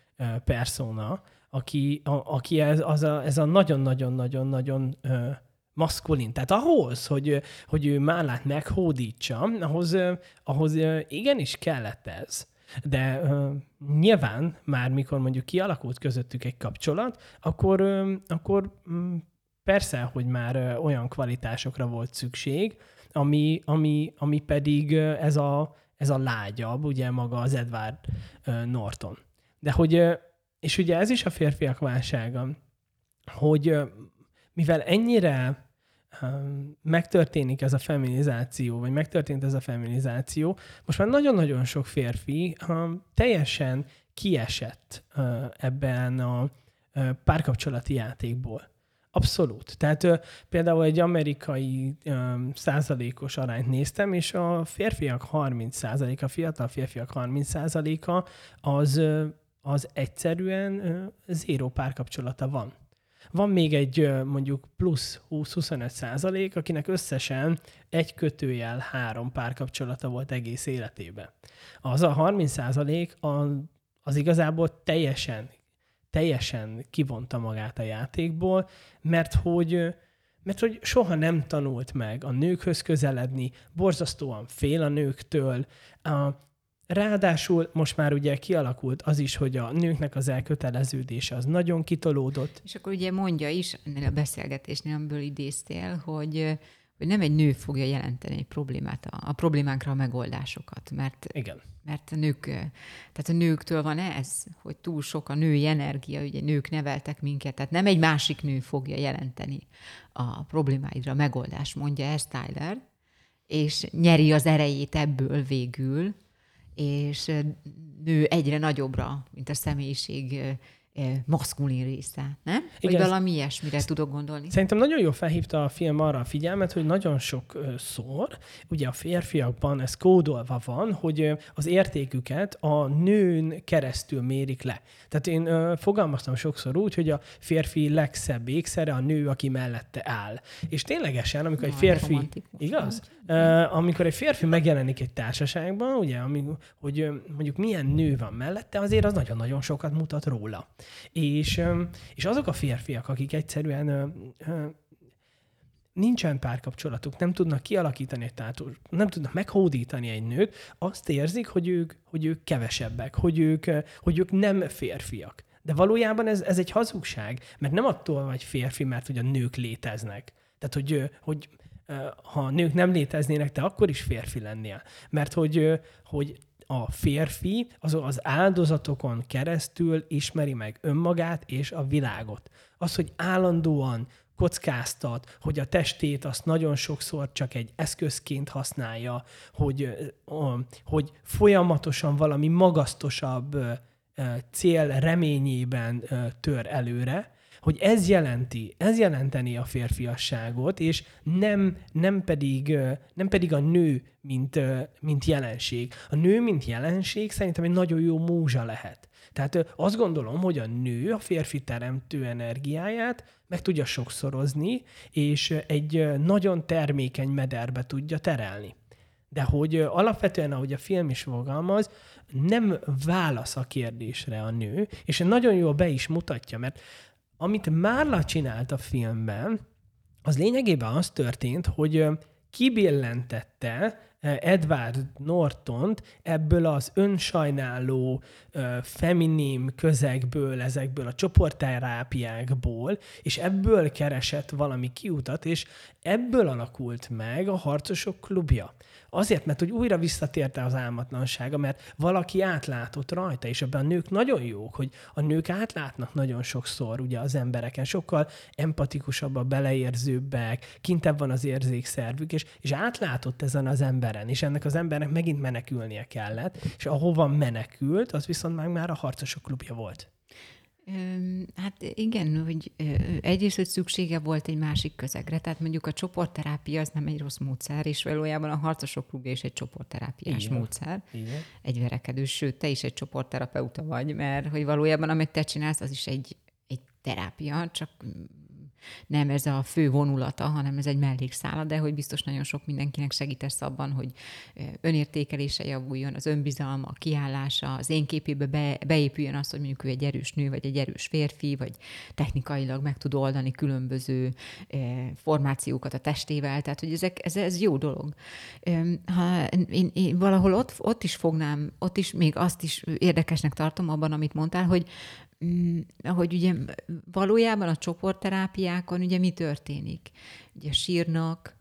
persona, aki, a, aki ez, az a, ez a nagyon-nagyon-nagyon-nagyon maszkulin. Tehát ahhoz, hogy, hogy ő Márlát meghódítsa, ahhoz, ahhoz igenis kellett ez. De uh, nyilván már mikor mondjuk kialakult közöttük egy kapcsolat, akkor, uh, akkor um, persze, hogy már uh, olyan kvalitásokra volt szükség, ami, ami, ami pedig uh, ez, a, ez a lágyabb, ugye maga az Edward uh, Norton. De hogy, uh, és ugye ez is a férfiak válsága, hogy uh, mivel ennyire megtörténik ez a feminizáció, vagy megtörtént ez a feminizáció, most már nagyon-nagyon sok férfi teljesen kiesett ebben a párkapcsolati játékból. Abszolút. Tehát ö, például egy amerikai ö, százalékos arányt néztem, és a férfiak harminc százaléka, a fiatal férfiak harminc százaléka az, ö, az egyszerűen ö, zéró párkapcsolata van. Van még egy ö, mondjuk plusz húsz-huszonöt százalék, akinek összesen egy kötőjel három párkapcsolata volt egész életében. Az a harminc százalék az, az igazából teljesen teljesen kivonta magát a játékból, mert hogy, mert hogy soha nem tanult meg a nőkhöz közeledni, borzasztóan fél a nőktől. Ráadásul most már ugye kialakult az is, hogy a nőknek az elköteleződése az nagyon kitolódott. És akkor ugye mondja is, ennél a beszélgetésnél, amiből idéztél, hogy, hogy nem egy nő fogja jelenteni egy problémát, a, a problémánkra a megoldásokat, mert, Igen. mert a nők, tehát a nőktől van ez, hogy túl sok a női energia, ugye nők neveltek minket, tehát nem egy másik nő fogja jelenteni a problémáidra a megoldást, mondja ezt Tyler, és nyeri az erejét ebből végül, és nő egyre nagyobbra, mint a személyiség maszkulin része, nem? Vagy igen, valami ilyesmire tudok gondolni. Szerintem nagyon jól felhívta a film arra a figyelmet, hogy nagyon sokszor, ugye a férfiakban ez kódolva van, hogy az értéküket a nőn keresztül mérik le. Tehát én fogalmaztam sokszor úgy, hogy a férfi legszebb ékszere a nő, aki mellette áll. És ténylegesen, amikor Na, egy férfi... Igaz? Uh, amikor egy férfi megjelenik egy társaságban, ugye, amikor, hogy mondjuk milyen nő van mellette, azért az nagyon-nagyon sokat mutat róla. És, és azok a férfiak, akik egyszerűen nincsen párkapcsolatuk, nem tudnak kialakítani egy társadalmat, nem tudnak meghódítani egy nőt, azt érzik, hogy ők, hogy ők kevesebbek, hogy ők, hogy ők nem férfiak. De valójában ez, ez egy hazugság, mert nem attól vagy férfi, mert hogy a nők léteznek. Tehát, hogy, hogy ha a nők nem léteznének, te akkor is férfi lennél. Mert hogy, hogy a férfi az, az áldozatokon keresztül ismeri meg önmagát és a világot. Az, hogy állandóan kockáztat, hogy a testét azt nagyon sokszor csak egy eszközként használja, hogy, hogy folyamatosan valami magasztosabb cél reményében tör előre, hogy ez jelenti, ez jelenteni a férfiasságot, és nem, nem, pedig, nem pedig a nő, mint, mint jelenség. A nő, mint jelenség szerintem egy nagyon jó múzsa lehet. Tehát azt gondolom, hogy a nő a férfi teremtő energiáját meg tudja sokszorozni, és egy nagyon termékeny mederbe tudja terelni. De hogy alapvetően, ahogy a film is fogalmaz, nem válasz a kérdésre a nő, és nagyon jól be is mutatja, mert amit Marla csinált a filmben, az lényegében az történt, hogy kibillentette Edward Nortont ebből az önsajnáló, feminim közegből, ezekből a csoportterápiákból, és ebből keresett valami kiutat, és ebből alakult meg a Harcosok klubja. Azért, mert hogy újra visszatérte az álmatlansága, mert valaki átlátott rajta, és ebben a nők nagyon jók, hogy a nők átlátnak nagyon sokszor ugye az embereken, sokkal empatikusabbak, beleérzőbbek, kintebb van az érzékszervük, és, és átlátott ezen az emberen, és ennek az embernek megint menekülnie kellett, és ahova menekült, az viszont már, már a Harcosok klubja volt. Hát igen, hogy egyrészt, hogy szüksége volt egy másik közegre, tehát mondjuk a csoportterápia az nem egy rossz módszer, és valójában a Harcosok klubja is egy csoportterápiás igen. módszer. Igen. Egy verekedő, sőt, te is egy csoportterapeuta vagy, mert hogy valójában amit te csinálsz, az is egy, egy terápia, csak nem ez a fő vonulata, hanem ez egy mellékszála, de hogy biztos nagyon sok mindenkinek segítesz abban, hogy önértékelése javuljon, az önbizalma, a kiállása, az én képébe be, beépüljön az, hogy mondjuk ő egy erős nő, vagy egy erős férfi, vagy technikailag meg tud oldani különböző formációkat a testével, tehát hogy ezek, ez, ez jó dolog. Ha én, én valahol ott, ott is fognám, ott is még azt is érdekesnek tartom abban, amit mondtál, hogy hogy ugye valójában a csoportterápiákon ugye mi történik? Ugye sírnak,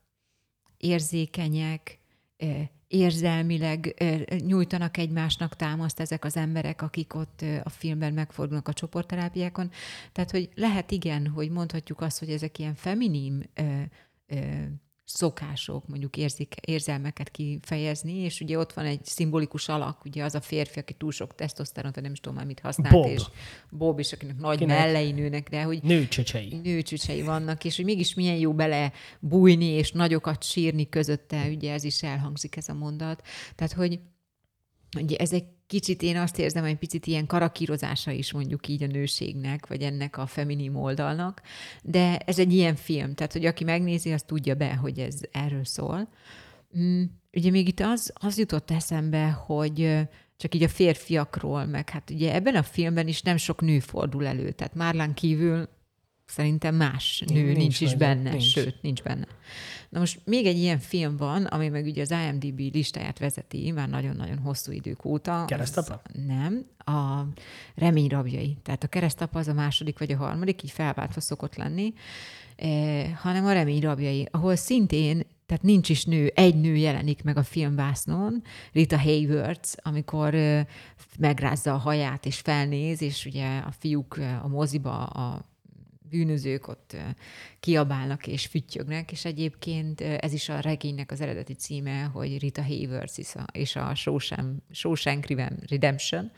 érzékenyek, érzelmileg nyújtanak egymásnak támaszt ezek az emberek, akik ott a filmben megfordulnak a csoportterápiákon. Tehát, hogy lehet igen, hogy mondhatjuk azt, hogy ezek ilyen feminim szokások, mondjuk érzik, érzelmeket kifejezni, és ugye ott van egy szimbolikus alak, ugye az a férfi, aki túl sok tesztoszteront, vagy nem is tudom már mit használt, Bob. és Bob is, akinek nagy Kinek? mellei nőnek, de hogy Nőcsöcsei. nőcsöcsei vannak, és hogy mégis milyen jó bele bújni, és nagyokat sírni közötte, ugye ez is elhangzik ez a mondat. Tehát, hogy ugye ez egy kicsit én azt érzem, hogy egy picit ilyen karakírozása is mondjuk így a nőségnek, vagy ennek a feminim oldalnak, de ez egy ilyen film, tehát hogy aki megnézi, az tudja be, hogy ez erről szól. Ugye még itt az, az jutott eszembe, hogy csak így a férfiakról, meg hát ugye ebben a filmben is nem sok nő fordul elő, tehát Marlán kívül szerintem más nő nincs, nincs is benne, nincs. sőt, nincs benne. Na most még egy ilyen film van, ami meg ugye az IMDb listáját vezeti, már nagyon-nagyon hosszú idők óta. Keresztapa? Az, nem, a Remény rabjai. Tehát a Keresztapa az a második vagy a harmadik, így felváltva szokott lenni, eh, hanem a Remény rabjai, ahol szintén, tehát nincs is nő, egy nő jelenik meg a filmvásznon, Rita Hayworth, amikor eh, megrázza a haját és felnéz, és ugye a fiúk eh, a moziba a bűnözők ott kiabálnak és füttyögnek, és egyébként ez is a regénynek az eredeti címe, hogy Rita Hayworth és a Shawshank Redemption.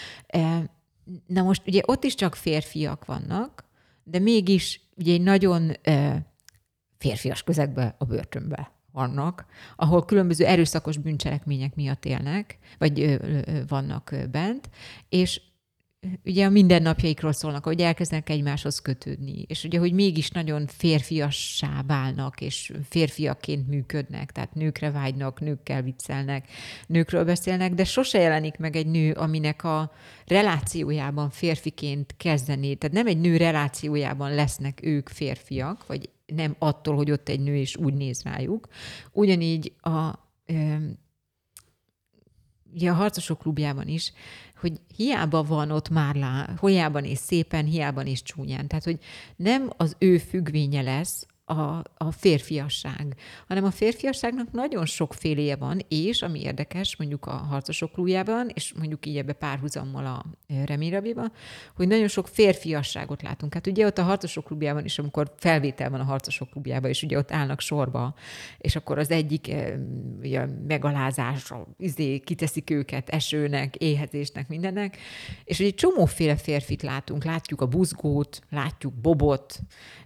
Na most ugye ott is csak férfiak vannak, de mégis ugye egy nagyon férfias közegben a börtönbe vannak, ahol különböző erőszakos bűncselekmények miatt élnek, vagy vannak bent, és ugye a mindennapjaikról szólnak, hogy elkezdenek egymáshoz kötődni, és ugye, hogy mégis nagyon férfiassá válnak, és férfiakként működnek, tehát nőkre vágynak, nőkkel viccelnek, nőkről beszélnek, de sose jelenik meg egy nő, aminek a relációjában férfiként kezdené, tehát nem egy nő relációjában lesznek ők férfiak, vagy nem attól, hogy ott egy nő és úgy néz rájuk. Ugyanígy a, ugye a Harcosok klubjában is, hogy hiába van ott Marlán, hiába néz szépen, hiába néz csúnyán. Tehát, hogy nem az ő függvénye lesz a, a férfiasság, hanem a férfiasságnak nagyon sokféléje van, és ami érdekes, mondjuk a Harcosok klubjában, és mondjuk így ebbe párhuzammal a Remény rabjaiban, hogy nagyon sok férfiasságot látunk. Hát ugye ott a Harcosok klubjában is, amikor felvétel van a Harcosok klubjában, és ugye ott állnak sorba, és akkor az egyik ugye, megalázás, izé, kiteszik őket esőnek, éhezésnek, mindennek, és ugye csomóféle férfit látunk. Látjuk a buzgót, látjuk Bobot,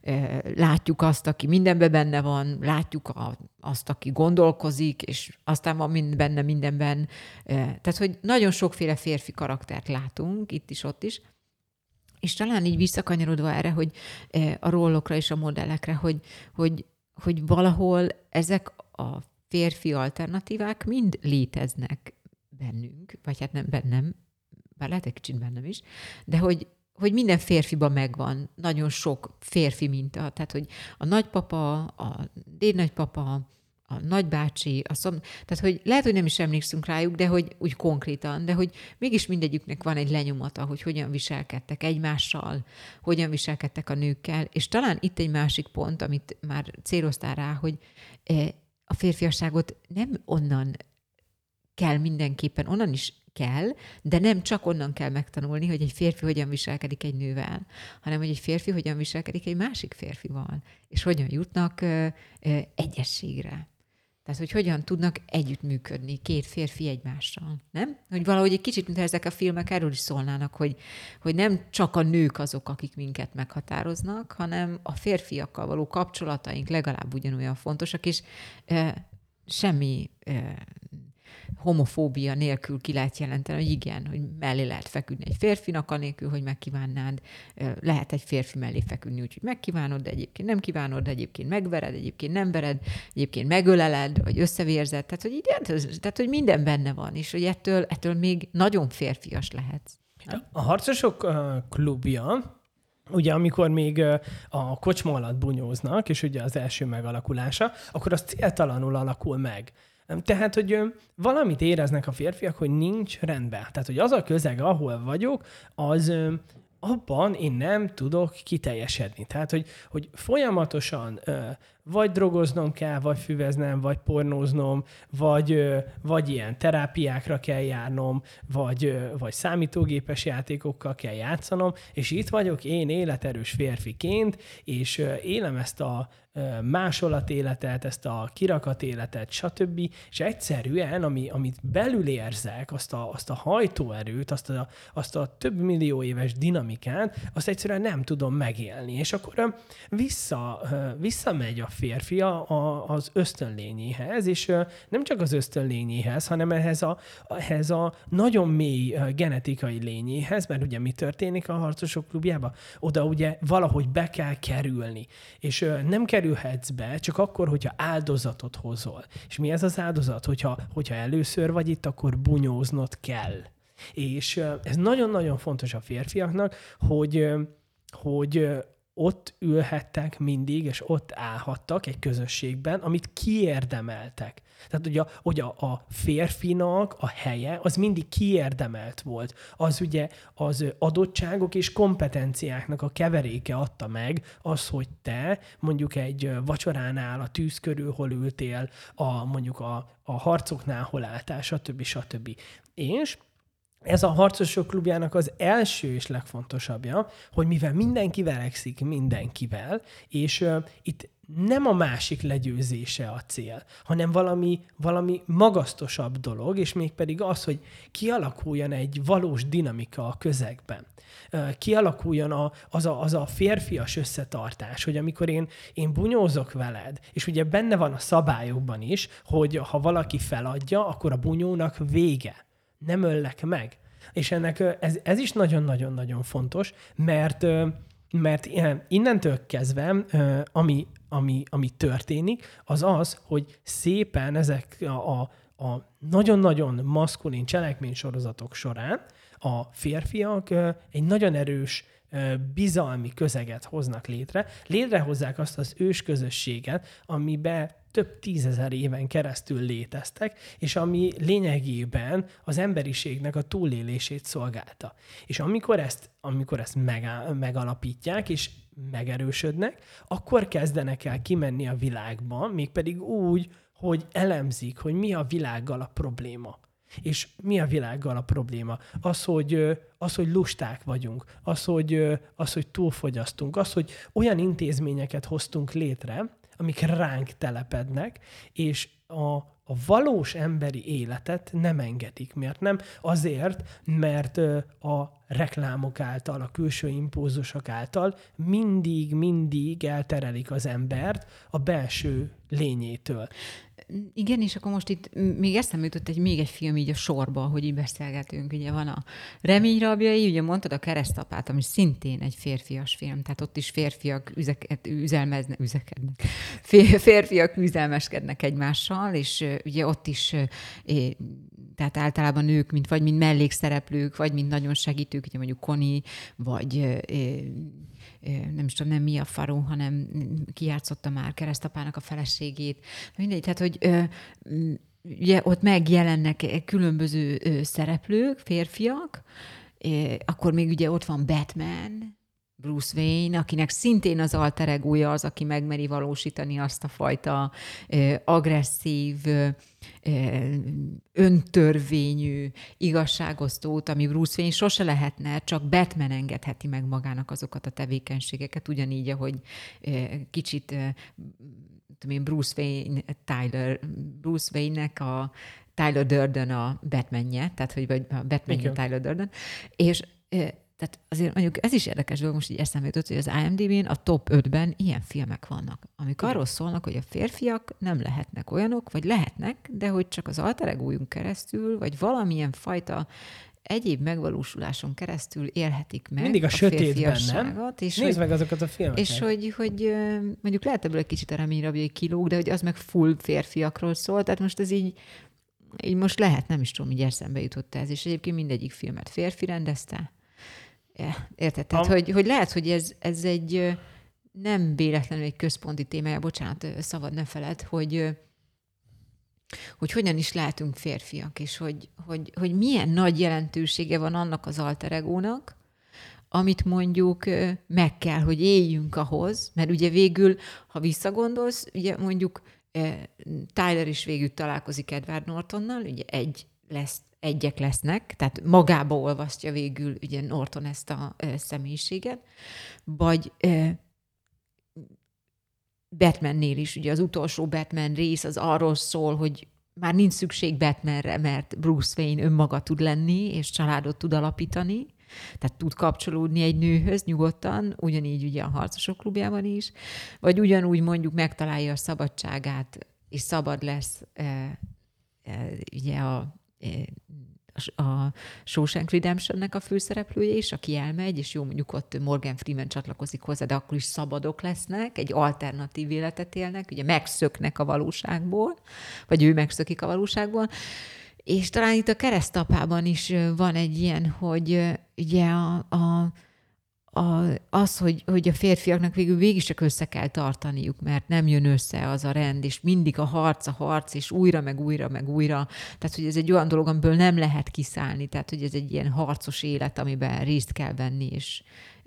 látjuk azt, aki mindenben benne van, látjuk a, azt, aki gondolkozik, és aztán van mind benne mindenben. Tehát, hogy nagyon sokféle férfi karaktert látunk, itt is, ott is. És talán így visszakanyarodva erre, hogy a rollokra és a modellekre, hogy, hogy, hogy valahol ezek a férfi alternatívák mind léteznek bennünk, vagy hát nem bennem, bár lehet egy kicsit bennem is, de hogy hogy minden férfiban megvan nagyon sok férfi minta. Tehát, hogy a nagypapa, a dédnagypapa, a nagybácsi, a szom... Tehát, hogy lehet, hogy nem is emlékszünk rájuk, de hogy úgy konkrétan, de hogy mégis mindegyiknek van egy lenyomata, hogy hogyan viselkedtek egymással, hogyan viselkedtek a nőkkel, és talán itt egy másik pont, amit már céloztál rá, hogy a férfiasságot nem onnan kell mindenképpen, onnan is kell, de nem csak onnan kell megtanulni, hogy egy férfi hogyan viselkedik egy nővel, hanem hogy egy férfi hogyan viselkedik egy másik férfival, és hogyan jutnak ö, ö, egyességre. Tehát, hogy hogyan tudnak együttműködni két férfi egymással, nem? Hogy valahogy egy kicsit, mint ezek a filmek erről is szólnának, hogy, hogy nem csak a nők azok, akik minket meghatároznak, hanem a férfiakkal való kapcsolataink legalább ugyanolyan fontosak, és ö, semmi... Ö, homofóbia nélkül ki lehet jelenteni, hogy igen, hogy mellé lehet feküdni egy férfinak, anélkül, hogy megkívánnád. Lehet egy férfi mellé feküdni, úgyhogy megkívánod, de egyébként nem kívánod, de egyébként megvered, egyébként nem vered, egyébként megöleled, vagy összevérzed. Tehát, hogy, igen, tehát, hogy minden benne van, és hogy ettől, ettől még nagyon férfias lehetsz. A Harcosok klubja, ugye amikor még a kocsma alatt bunyóznak, és ugye az első megalakulása, akkor az céltalanul alakul meg. Tehát, hogy valamit éreznek a férfiak, hogy nincs rendben. Tehát, hogy az a közeg, ahol vagyok, az abban én nem tudok kiteljesedni. Tehát, hogy, hogy folyamatosan vagy drogoznom kell, vagy füveznem, vagy pornóznom, vagy, vagy ilyen terápiákra kell járnom, vagy, vagy számítógépes játékokkal kell játszanom, és itt vagyok én életerős férfiként, és élem ezt a másolat életet, ezt a kirakat életet, stb. És egyszerűen, ami, amit belül érzek, azt a, azt a hajtóerőt, azt a, azt a több millió éves dinamikát, azt egyszerűen nem tudom megélni. És akkor vissza, visszamegy a férfi az ösztönlényéhez, és nem csak az ösztönlényéhez, hanem ehhez a, ehhez a nagyon mély genetikai lényéhez, mert ugye mi történik a Harcosok klubjában? Oda ugye valahogy be kell kerülni. És nem kerülhetsz be, csak akkor, hogyha áldozatot hozol. És mi ez az áldozat? Hogyha, hogyha először vagy itt, akkor bunyóznod kell. És ez nagyon-nagyon fontos a férfiaknak, hogy, hogy ott ülhettek mindig, és ott állhattak egy közösségben, amit kiérdemeltek. Tehát ugye, ugye a férfinak a helye az mindig kiérdemelt volt. Az ugye az adottságok és kompetenciáknak a keveréke adta meg az, hogy te mondjuk egy vacsoránál a tűz körül hol ültél, a, mondjuk a, a harcoknál hol álltál, stb. stb. És ez a Harcosok klubjának az első és legfontosabbja, hogy mivel mindenki verekszik mindenkivel, és uh, itt nem a másik legyőzése a cél, hanem valami, valami magasztosabb dolog, és mégpedig az, hogy kialakuljon egy valós dinamika a közegben. Uh, kialakuljon a, az, a, az a férfias összetartás, hogy amikor én, én bunyózok veled, és ugye benne van a szabályokban is, hogy ha valaki feladja, akkor a bunyónak vége. Nem öllek meg. És ennek ez, ez is nagyon-nagyon-nagyon fontos, mert, mert innentől kezdve, ami, ami, ami történik, az az, hogy szépen ezek a, a, a nagyon-nagyon maszkulin cselekménysorozatok során a férfiak egy nagyon erős bizalmi közeget hoznak létre, létrehozzák azt az ősközösséget, amiben több tízezer éven keresztül léteztek, és ami lényegében az emberiségnek a túlélését szolgálta. És amikor ezt, amikor ezt megáll, megalapítják, és megerősödnek, akkor kezdenek el kimenni a világban, mégpedig úgy, hogy elemzik, hogy mi a világgal a probléma. És mi a világgal a probléma? Az, hogy, az, hogy lusták vagyunk, az hogy, az, hogy túlfogyasztunk, az, hogy olyan intézményeket hoztunk létre, amik ránk telepednek, és a, a valós emberi életet nem engedik. Miért nem? Azért, mert a reklámok által, a külső impulzusok által mindig, mindig elterelik az embert a belső lényétől. Igen, és akkor most itt még eszembe jutott egy, még egy film így a sorba, hogy így beszélgetünk. Ugye van a Remény rabjai, ugye mondtad a Keresztapát, ami szintén egy férfias film, tehát ott is férfiak üzeket, üzelmeznek, üzekednek. Férfiak üzelmeskednek egymással, és ugye ott is, tehát általában nők, mint, vagy mint mellékszereplők, vagy mint nagyon segítők, ugye mondjuk Connie, vagy nem is tudom, nem Mia Farrow, hanem kijátszotta már Keresztapának a feleségét. Mindegy, tehát, hogy ö, ugye ott megjelennek különböző szereplők, férfiak, akkor még ugye ott van Batman, Bruce Wayne, akinek szintén az alter egója az, aki megmeri valósítani azt a fajta ö, agresszív, ö, öntörvényű igazságosztót, ami Bruce Wayne sose lehetne, csak Batman engedheti meg magának azokat a tevékenységeket, ugyanígy, ahogy ö, kicsit ö, tudom én, Bruce Wayne, Tyler, Bruce Wayne-nek a Tyler Durden a Batmanje, tehát hogy vagy a Batmanje Tyler Durden, és ö, tehát azért mondjuk ez is érdekes dolog, most így eszembe jutott, hogy az I M D B-n a top ötben ilyen filmek vannak, amik arról szólnak, hogy a férfiak nem lehetnek olyanok, vagy lehetnek, de hogy csak az alter egójunk keresztül, vagy valamilyen fajta egyéb megvalósuláson keresztül élhetik meg mindig a, a sötétben, nem? És nézd hogy, meg azokat a filmeket. És hogy, hogy mondjuk lehet ebből egy kicsit a Remény rabjai kilóg, de hogy az meg full férfiakról szól, tehát most ez így, így most lehet, nem is tudom, így eszembe jutott ez, és egyébként mindegyik filmet férfi rendezte. Yeah, érted? Tehát, Am- hogy, hogy lehet, hogy ez, ez egy nem véletlenül egy központi témája, bocsánat, szabad ne feled, hogy, hogy hogyan is lehetünk férfiak, és hogy, hogy, hogy milyen nagy jelentősége van annak az alter egónak, amit mondjuk meg kell, hogy éljünk ahhoz, mert ugye végül, ha visszagondolsz, ugye mondjuk Tyler is végül találkozik Edward Nortonnal, ugye egy lesz, egyek lesznek, tehát magába olvasztja végül ugye Norton ezt a személyiséget, vagy Batmannél is, ugye az utolsó Batman rész az arról szól, hogy már nincs szükség Batmanre, mert Bruce Wayne önmaga tud lenni, és családot tud alapítani, tehát tud kapcsolódni egy nőhöz nyugodtan, ugyanígy ugye a Harcosok klubjában is, vagy ugyanúgy mondjuk megtalálja a szabadságát, és szabad lesz e, e, ugye a, e, a Shawshank Redemptionnek a főszereplője is, aki elmegy, és jó, mondjuk ott Morgan Freeman csatlakozik hozzá, de akkor is szabadok lesznek, egy alternatív életet élnek, ugye megszöknek a valóságból, vagy ő megszökik a valóságból. És talán itt a Keresztapában is van egy ilyen, hogy ugye a, a, a, az, hogy, hogy a férfiaknak végül végig csak össze kell tartaniuk, mert nem jön össze az a rend, és mindig a harc, a harc, és újra, meg újra, meg újra. Tehát, hogy ez egy olyan dolog, amiből nem lehet kiszállni. Tehát, hogy ez egy ilyen harcos élet, amiben részt kell venni, és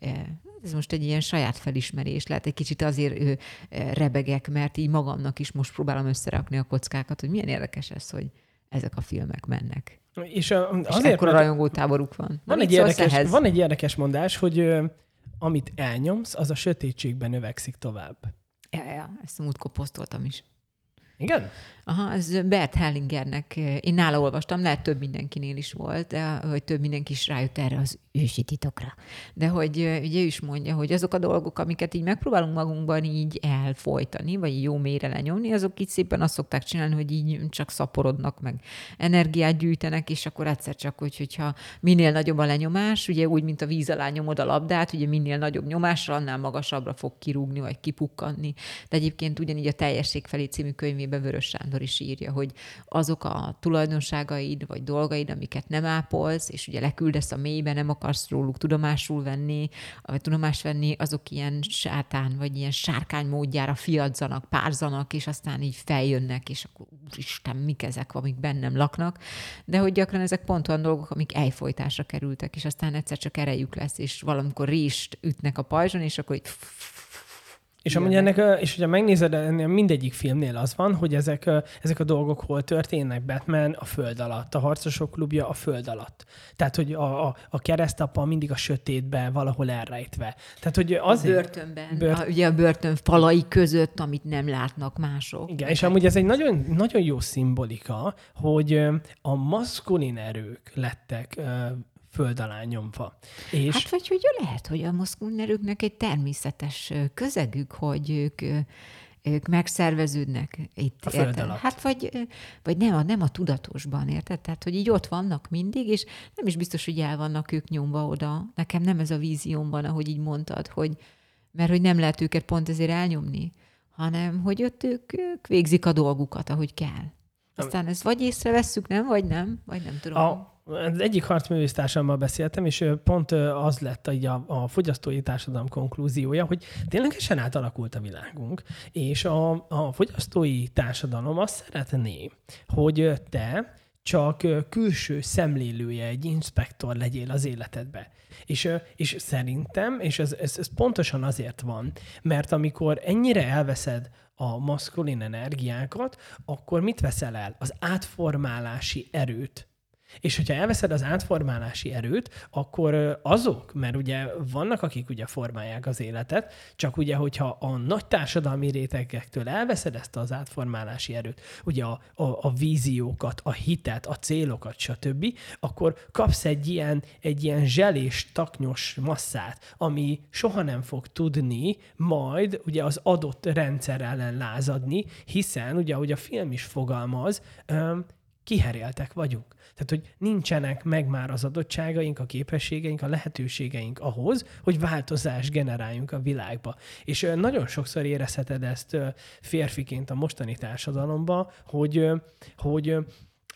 ez most egy ilyen saját felismerés. Lehet egy kicsit azért rebegek, mert így magamnak is most próbálom összerakni a kockákat, hogy milyen érdekes ez, hogy ezek a filmek mennek. És, a, és azért, ekkora rajongótáboruk van. Van egy, érdekes, van egy érdekes mondás, hogy ö, amit elnyomsz, az a sötétségben növekszik tovább. Ja, ja, ezt a múltkor posztoltam is. Igen? Aha, ez Bert Hellingernek, én nála olvastam, lehet több mindenkinél is volt, de hogy több mindenki is rájött erre az ősi titokra. De hogy ugye ő is mondja, hogy azok a dolgok, amiket így megpróbálunk magunkban így elfolytani, vagy jó mélyre lenyomni, azok így szépen azt szokták csinálni, hogy így csak szaporodnak, meg energiát gyűjtenek, és akkor egyszer csak, hogy, hogyha minél nagyobb a lenyomás, ugye úgy, mint a víz alá nyomod a labdát, ugye minél nagyobb nyomásra, annál magasabbra fog kirúgni, vagy kipukkanni. De egyébként ugyanígy a Teljesség felé című könyvében Vörös Sándor is írja, hogy azok a tulajdonságaid, vagy dolgaid, amiket nem ápolsz, és ugye leküldesz a mélybe, nem akarsz róluk tudomásul venni, vagy tudomást venni, azok ilyen sátán, vagy ilyen sárkány módjára fiadzanak, párzanak, és aztán így feljönnek, és akkor úristen, mik ezek, amik bennem laknak. De hogy gyakran ezek pont olyan dolgok, amik elfolytásra kerültek, és aztán egyszer csak erejük lesz, és valamikor rést ütnek a pajzson, és akkor így És amúgy ennek, és hogyha megnézed, mindegyik filmnél az van, hogy ezek, ezek a dolgok hol történnek. Batman a föld alatt, a Harcosok klubja a föld alatt. Tehát, hogy a, a, a keresztapa mindig a sötétben, valahol elrejtve. Tehát, hogy azért, a börtönben, bört... a, ugye a börtön falai között, amit nem látnak mások. Igen, és amúgy ez egy nagyon, nagyon jó szimbolika, hogy a maszkulin erők lettek föld alá nyomva. És... Hát vagy hogy lehet, hogy a maszkulin erőknek egy természetes közegük, hogy ők, ők megszerveződnek itt. A föld alatt. Hát vagy, vagy nem, a, nem a tudatosban, érted? Tehát, hogy így ott vannak mindig, és nem is biztos, hogy el vannak ők nyomva oda. Nekem nem ez a vízióm van, ahogy így mondtad, hogy, mert hogy nem lehet őket pont ezért elnyomni, hanem hogy ott ők, ők végzik a dolgukat, ahogy kell. Aztán ezt vagy észrevesszük, nem, vagy nem, vagy nem tudom. A... Az egyik harcművésztársammal beszéltem, és pont az lett a, a fogyasztói társadalom konklúziója, hogy ténylegesen átalakult a világunk, és a, a fogyasztói társadalom azt szeretné, hogy te csak külső szemlélője, egy inspektor legyél az életedbe. És, és szerintem, és ez, ez, ez pontosan azért van, mert amikor ennyire elveszed a maszkulin energiákat, akkor mit veszel el? Az átformálási erőt. És hogyha elveszed az átformálási erőt, akkor azok, mert ugye vannak, akik ugye formálják az életet, csak ugye, hogyha a nagy társadalmi rétegektől elveszed ezt az átformálási erőt, ugye a, a, a víziókat, a hitet, a célokat, stb., akkor kapsz egy ilyen, egy ilyen zselés, taknyos masszát, ami soha nem fog tudni majd ugye az adott rendszer ellen lázadni, hiszen ugye, ahogy a film is fogalmaz, öm, kiheréltek vagyunk. Tehát, hogy nincsenek meg már az adottságaink, a képességeink, a lehetőségeink ahhoz, hogy változást generáljunk a világba. És nagyon sokszor érezheted ezt férfiként a mostani társadalomban, hogy, hogy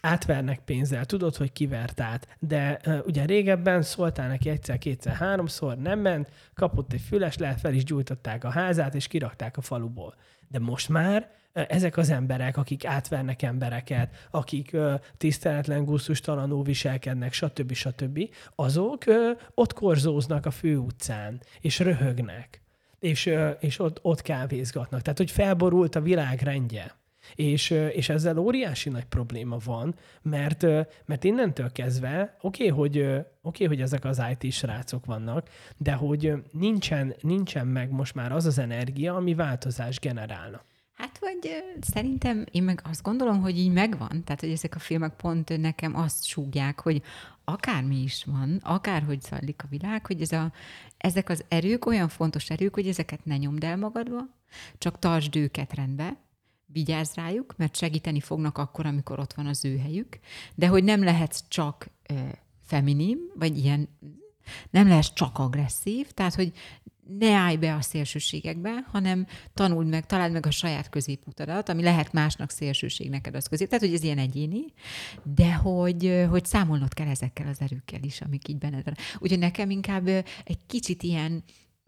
átvernek pénzzel, tudod, hogy kivert át, de uh, ugye régebben szóltál neki egyszer, kétszer, háromszor, nem ment, kapott egy füles, lehet fel is gyújtották a házát, és kirakták a faluból. De most már ezek az emberek, akik átvernek embereket, akik ö, tiszteletlen, gusztustalanul viselkednek, stb. stb., azok ö, ott korzóznak a főutcán, és röhögnek, és, ö, és ott, ott kávézgatnak. Tehát, hogy felborult a világ rendje. És, ö, és ezzel óriási nagy probléma van, mert, ö, mert innentől kezdve, oké, okay, hogy, ö, okay, hogy ezek az í té srácok vannak, de hogy ö, nincsen, nincsen meg most már az az energia, ami változást generálna. Hát vagy ö, szerintem én meg azt gondolom, hogy így megvan. Tehát, hogy ezek a filmek pont nekem azt súgják, hogy akármi is van, akárhogy zajlik a világ, hogy ez a, ezek az erők olyan fontos erők, hogy ezeket ne nyomd el magadba, csak tartsd őket rendbe, vigyázz rájuk, mert segíteni fognak akkor, amikor ott van az ő helyük, de hogy nem lehetsz csak ö, feminim, vagy ilyen, nem lehetsz csak agresszív, tehát, hogy ne állj be a szélsőségekbe, hanem tanuld meg, találd meg a saját középutadat, ami lehet másnak szélsőség, neked az közép. Tehát, hogy ez ilyen egyéni, de hogy, hogy számolnod kell ezekkel az erőkkel is, amik így benned van. Úgyhogy nekem inkább egy kicsit ilyen,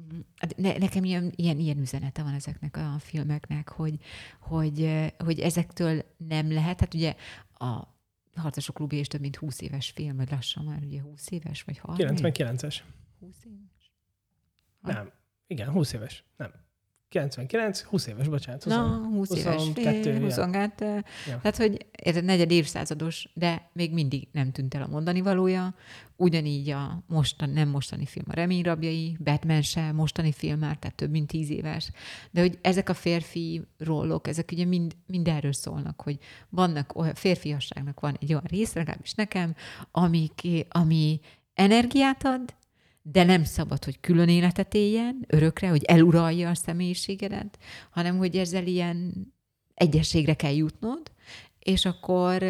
ne, nekem ilyen, ilyen, ilyen üzenete van ezeknek a filmeknek, hogy, hogy, hogy ezektől nem lehet. Hát ugye a Harcosok klubja is több mint húsz éves film, vagy lassan már ugye húsz éves, vagy harminc? kilencvenkilences. húsz éves? Nem. Igen, húsz éves. Nem. kilencvenkilenc, húsz éves, bocsánat. Na, húsz éves. huszonkettő, huszonkettő. Ja. Tehát, hogy ez egy negyed évszázados, de még mindig nem tűnt el a mondani valója. Ugyanígy a mostan, nem mostani film, a Remény rabjai, Batman se mostani film már, tehát több mint tíz éves. De hogy ezek a férfi rollok, ezek ugye mind, mind erről szólnak, hogy vannak olyan, férfiasságnak van egy olyan rész, legalábbis nekem, ami, ami energiát ad, de nem szabad, hogy külön életet éljen örökre, hogy eluralja a személyiségedet, hanem hogy ezzel ilyen egyességre kell jutnod, és akkor,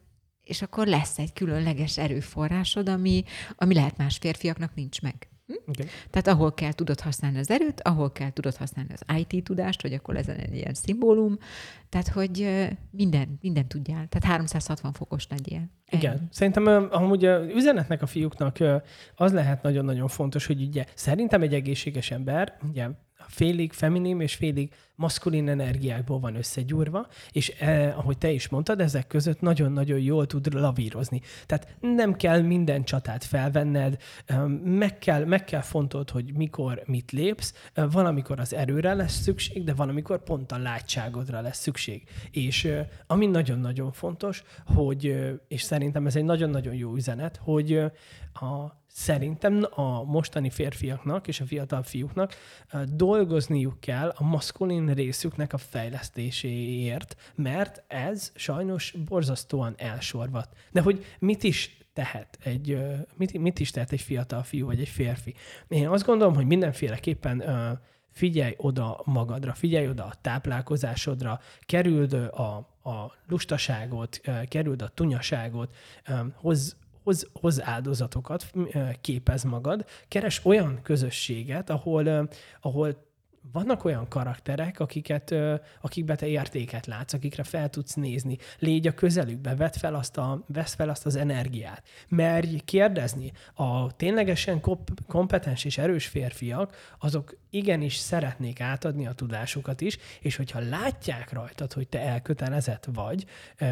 és akkor lesz egy különleges erőforrásod, ami, ami lehet más férfiaknak nincs meg. Hm? Okay. Tehát ahol kell tudod használni az erőt, ahol kell tudod használni az í té tudást, hogy akkor ez egy ilyen szimbólum, tehát hogy minden, minden tudjál. Tehát háromszázhatvan fokos legyél. Igen. Ennyi. Szerintem amúgy az üzenetnek a fiúknak az lehet nagyon-nagyon fontos, hogy ugye szerintem egy egészséges ember, ugye félig feminim és félig maszkulin energiákból van összegyúrva, és eh, ahogy te is mondtad, ezek között nagyon-nagyon jól tud lavírozni. Tehát nem kell minden csatát felvenned, meg kell, meg kell fontolod, hogy mikor mit lépsz, valamikor az erőre lesz szükség, de valamikor pont a látságodra lesz szükség. És eh, ami nagyon-nagyon fontos, hogy, eh, és szerintem ez egy nagyon-nagyon jó üzenet, hogy eh, a Szerintem a mostani férfiaknak és a fiatal fiúknak dolgozniuk kell a maszkulin részüknek a fejlesztéséért, mert ez sajnos borzasztóan elsorvadt. De hogy mit is tehet egy, mit, mit is tehet egy fiatal fiú vagy egy férfi? Én azt gondolom, hogy mindenféleképpen figyelj oda magadra, figyelj oda a táplálkozásodra, kerüld a, a lustaságot, kerüld a tunyaságot, hozz Hoz, hoz áldozatokat, képez magad, keres olyan közösséget, ahol, ahol vannak olyan karakterek, akiket, akikbe te értéket látsz, akikre fel tudsz nézni. Légy a közelükbe, vedd fel azt a, vesz fel azt az energiát. Merj kérdezni. A ténylegesen kompetens és erős férfiak, azok igenis szeretnék átadni a tudásukat is, és hogyha látják rajtad, hogy te elkötelezett vagy,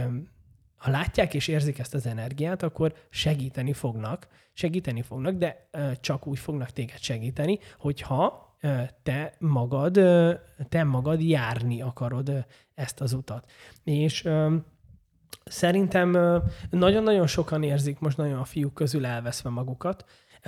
ha látják és érzik ezt az energiát, akkor segíteni fognak, segíteni fognak, de csak úgy fognak téged segíteni, hogyha te magad, te magad járni akarod ezt az utat. És szerintem nagyon-nagyon sokan érzik most nagyon a fiúk közül elveszve magukat,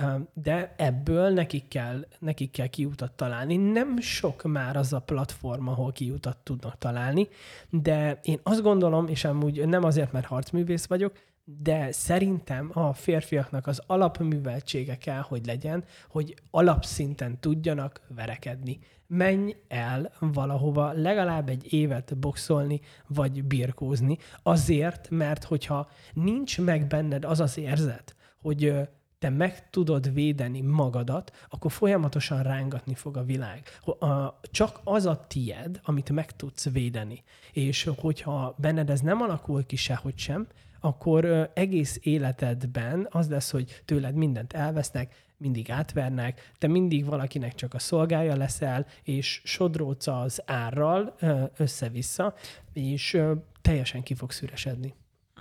de ebből nekik kell, nekik kell kiutat találni. Nem sok már az a platform, ahol kiutat tudnak találni, de én azt gondolom, és amúgy nem azért, mert harcművész vagyok, de szerintem a férfiaknak az alapműveltsége kell, hogy legyen, hogy alapszinten tudjanak verekedni. Menj el valahova legalább egy évet boxolni, vagy birkózni, azért, mert hogyha nincs meg benned az az érzet, hogy te meg tudod védeni magadat, akkor folyamatosan rángatni fog a világ. Csak az a tied, amit meg tudsz védeni. És hogyha benned ez nem alakul ki sehogy sem, akkor ö, egész életedben az lesz, hogy tőled mindent elvesznek, mindig átvernek, te mindig valakinek csak a szolgája leszel, és sodródsz az árral ö, össze-vissza, és ö, teljesen ki fogsz üresedni.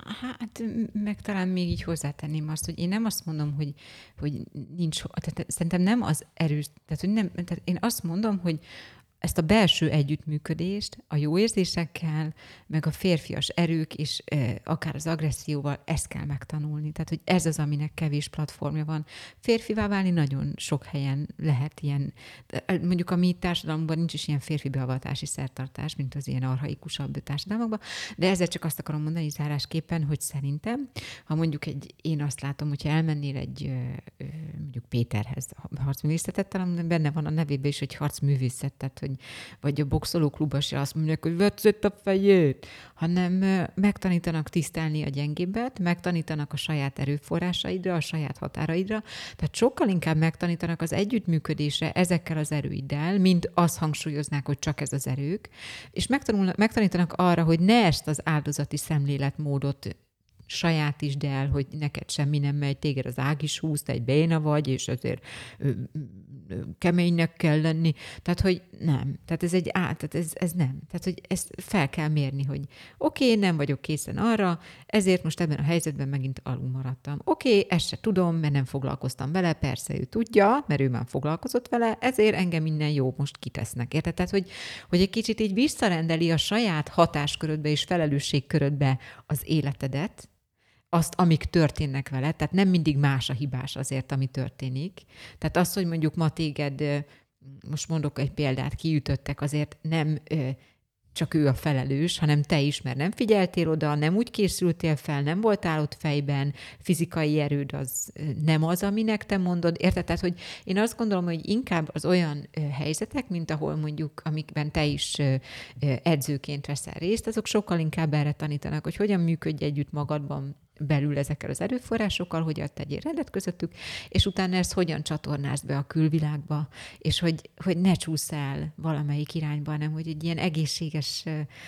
Hát meg talán még így hozzátenném azt, hogy én nem azt mondom, hogy, hogy nincs, tehát szerintem nem az erős, tehát, hogy nem, tehát én azt mondom, hogy ezt a belső együttműködést a jó érzésekkel, meg a férfias erők, és e, akár az agresszióval, ezt kell megtanulni. Tehát, hogy ez az, aminek kevés platformja van. Férfivá válni nagyon sok helyen lehet ilyen, mondjuk a mi társadalmunkban nincs is ilyen férfi beavatási szertartás, mint az ilyen archaikusabb társadalmakban, de ezzel csak azt akarom mondani zárásképpen, hogy szerintem, ha mondjuk egy, én azt látom, hogyha elmennél egy mondjuk Péterhez, harcművészetet, talán benne van a nevében is, hogy harcművészet, tehát, hogy vagy a boxolóklubban se azt mondják, hogy vetszett a fejét, hanem megtanítanak tisztelni a gyengébbet, megtanítanak a saját erőforrásaidra, a saját határaidra, tehát sokkal inkább megtanítanak az együttműködésre ezekkel az erőiddel, mint azt hangsúlyoznák, hogy csak ez az erők, és megtanítanak arra, hogy ne ezt az áldozati szemléletmódot sajátítsd el, hogy neked semmi nem megy, téged az ág is húz, te egy béna vagy, és azért ö, ö, keménynek kell lenni. Tehát, hogy nem. Tehát ez egy át, tehát ez, ez nem. Tehát, hogy ezt fel kell mérni, hogy oké, okay, nem vagyok készen arra, ezért most ebben a helyzetben megint alul maradtam. Oké, okay, ezt se tudom, mert nem foglalkoztam vele, persze ő tudja, mert ő már foglalkozott vele, ezért engem minden jó most kitesznek. Érted? Tehát, hogy, hogy egy kicsit így visszarendeli a saját hatáskörödbe és felelősségkörödbe az életedet, azt, amik történnek vele, tehát nem mindig más a hibás azért, ami történik. Tehát az, hogy mondjuk ma téged, most mondok egy példát, kiütöttek, azért nem csak ő a felelős, hanem te is, mert nem figyeltél oda, nem úgy készültél fel, nem voltál ott fejben, fizikai erőd az nem az, aminek te mondod. Érted? Tehát, hogy én azt gondolom, hogy inkább az olyan helyzetek, mint ahol mondjuk, amikben te is edzőként veszel részt, azok sokkal inkább erre tanítanak, hogy hogyan működj együtt magadban belül ezekkel az erőforrásokkal, hogyan tegyél rendet közöttük, és utána ezt hogyan csatornázd be a külvilágba, és hogy, hogy ne csúsz el valamelyik irányba, hanem hogy egy ilyen egészséges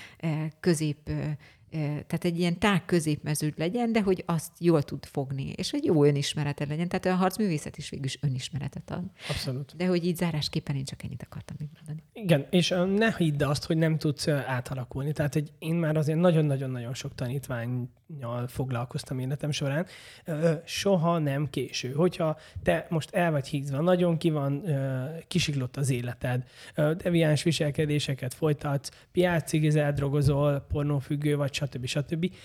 közép, tehát egy ilyen tág középmeződ legyen, de hogy azt jól tud fogni, és hogy jó önismereted legyen. Tehát a harcművészet is végül is önismeretet ad. Abszolút. De hogy így zárásképpen én csak ennyit akartam még mondani. Igen, és ne hidd azt, hogy nem tudsz átalakulni. Tehát hogy én már azért nagyon-nagyon-nagyon sok tanítvánnyal foglalkoztam életem során. Soha nem késő. Hogyha te most el vagy hízva, nagyon ki van, kisiklott az életed, deviáns viselkedéseket folytatsz, piácigéz, eldrogozol, pornófüggő vagy, stb. stb.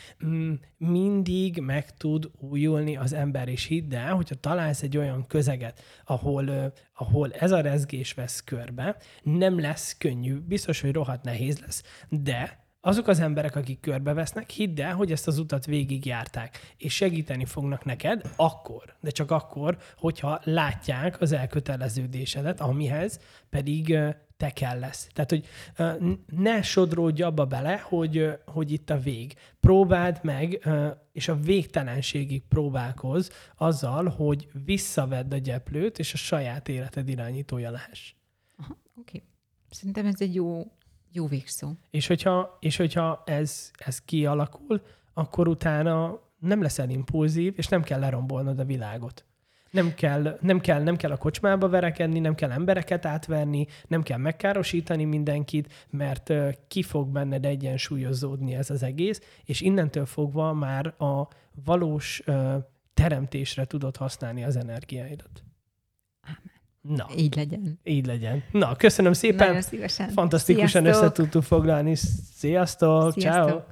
Mindig meg tud újulni az ember, és hidd el, hogyha találsz egy olyan közeget, ahol, ahol ez a rezgés vesz körbe, nem lesz könnyű, biztos, hogy rohadt nehéz lesz, de azok az emberek, akik körbevesznek, hidd el, hogy ezt az utat végigjárták, és segíteni fognak neked akkor, de csak akkor, hogyha látják az elköteleződésedet, amihez pedig te kell lesz. Tehát, hogy ne sodródj abba bele, hogy, hogy itt a vég. Próbáld meg, és a végtelenségig próbálkozz azzal, hogy visszavedd a gyeplőt, és a saját életed irányítója lehess. Aha, oké. Okay. Szerintem ez egy jó, jó végszó. És hogyha, és hogyha ez, ez kialakul, akkor utána nem leszel impulzív, és nem kell lerombolnod a világot. Nem kell, nem, kell, nem kell a kocsmába verekedni, nem kell embereket átverni, nem kell megkárosítani mindenkit, mert ki fog benned egyensúlyozódni ez az egész, és innentől fogva már a valós uh, teremtésre tudod használni az energiáidat. Ámen. Na. Így legyen. Így legyen. Na, köszönöm szépen. Nagyon szívesen. Fantasztikusan Sziasztok. össze tudtuk foglalni. Sziasztok. Sziasztok. Ciao.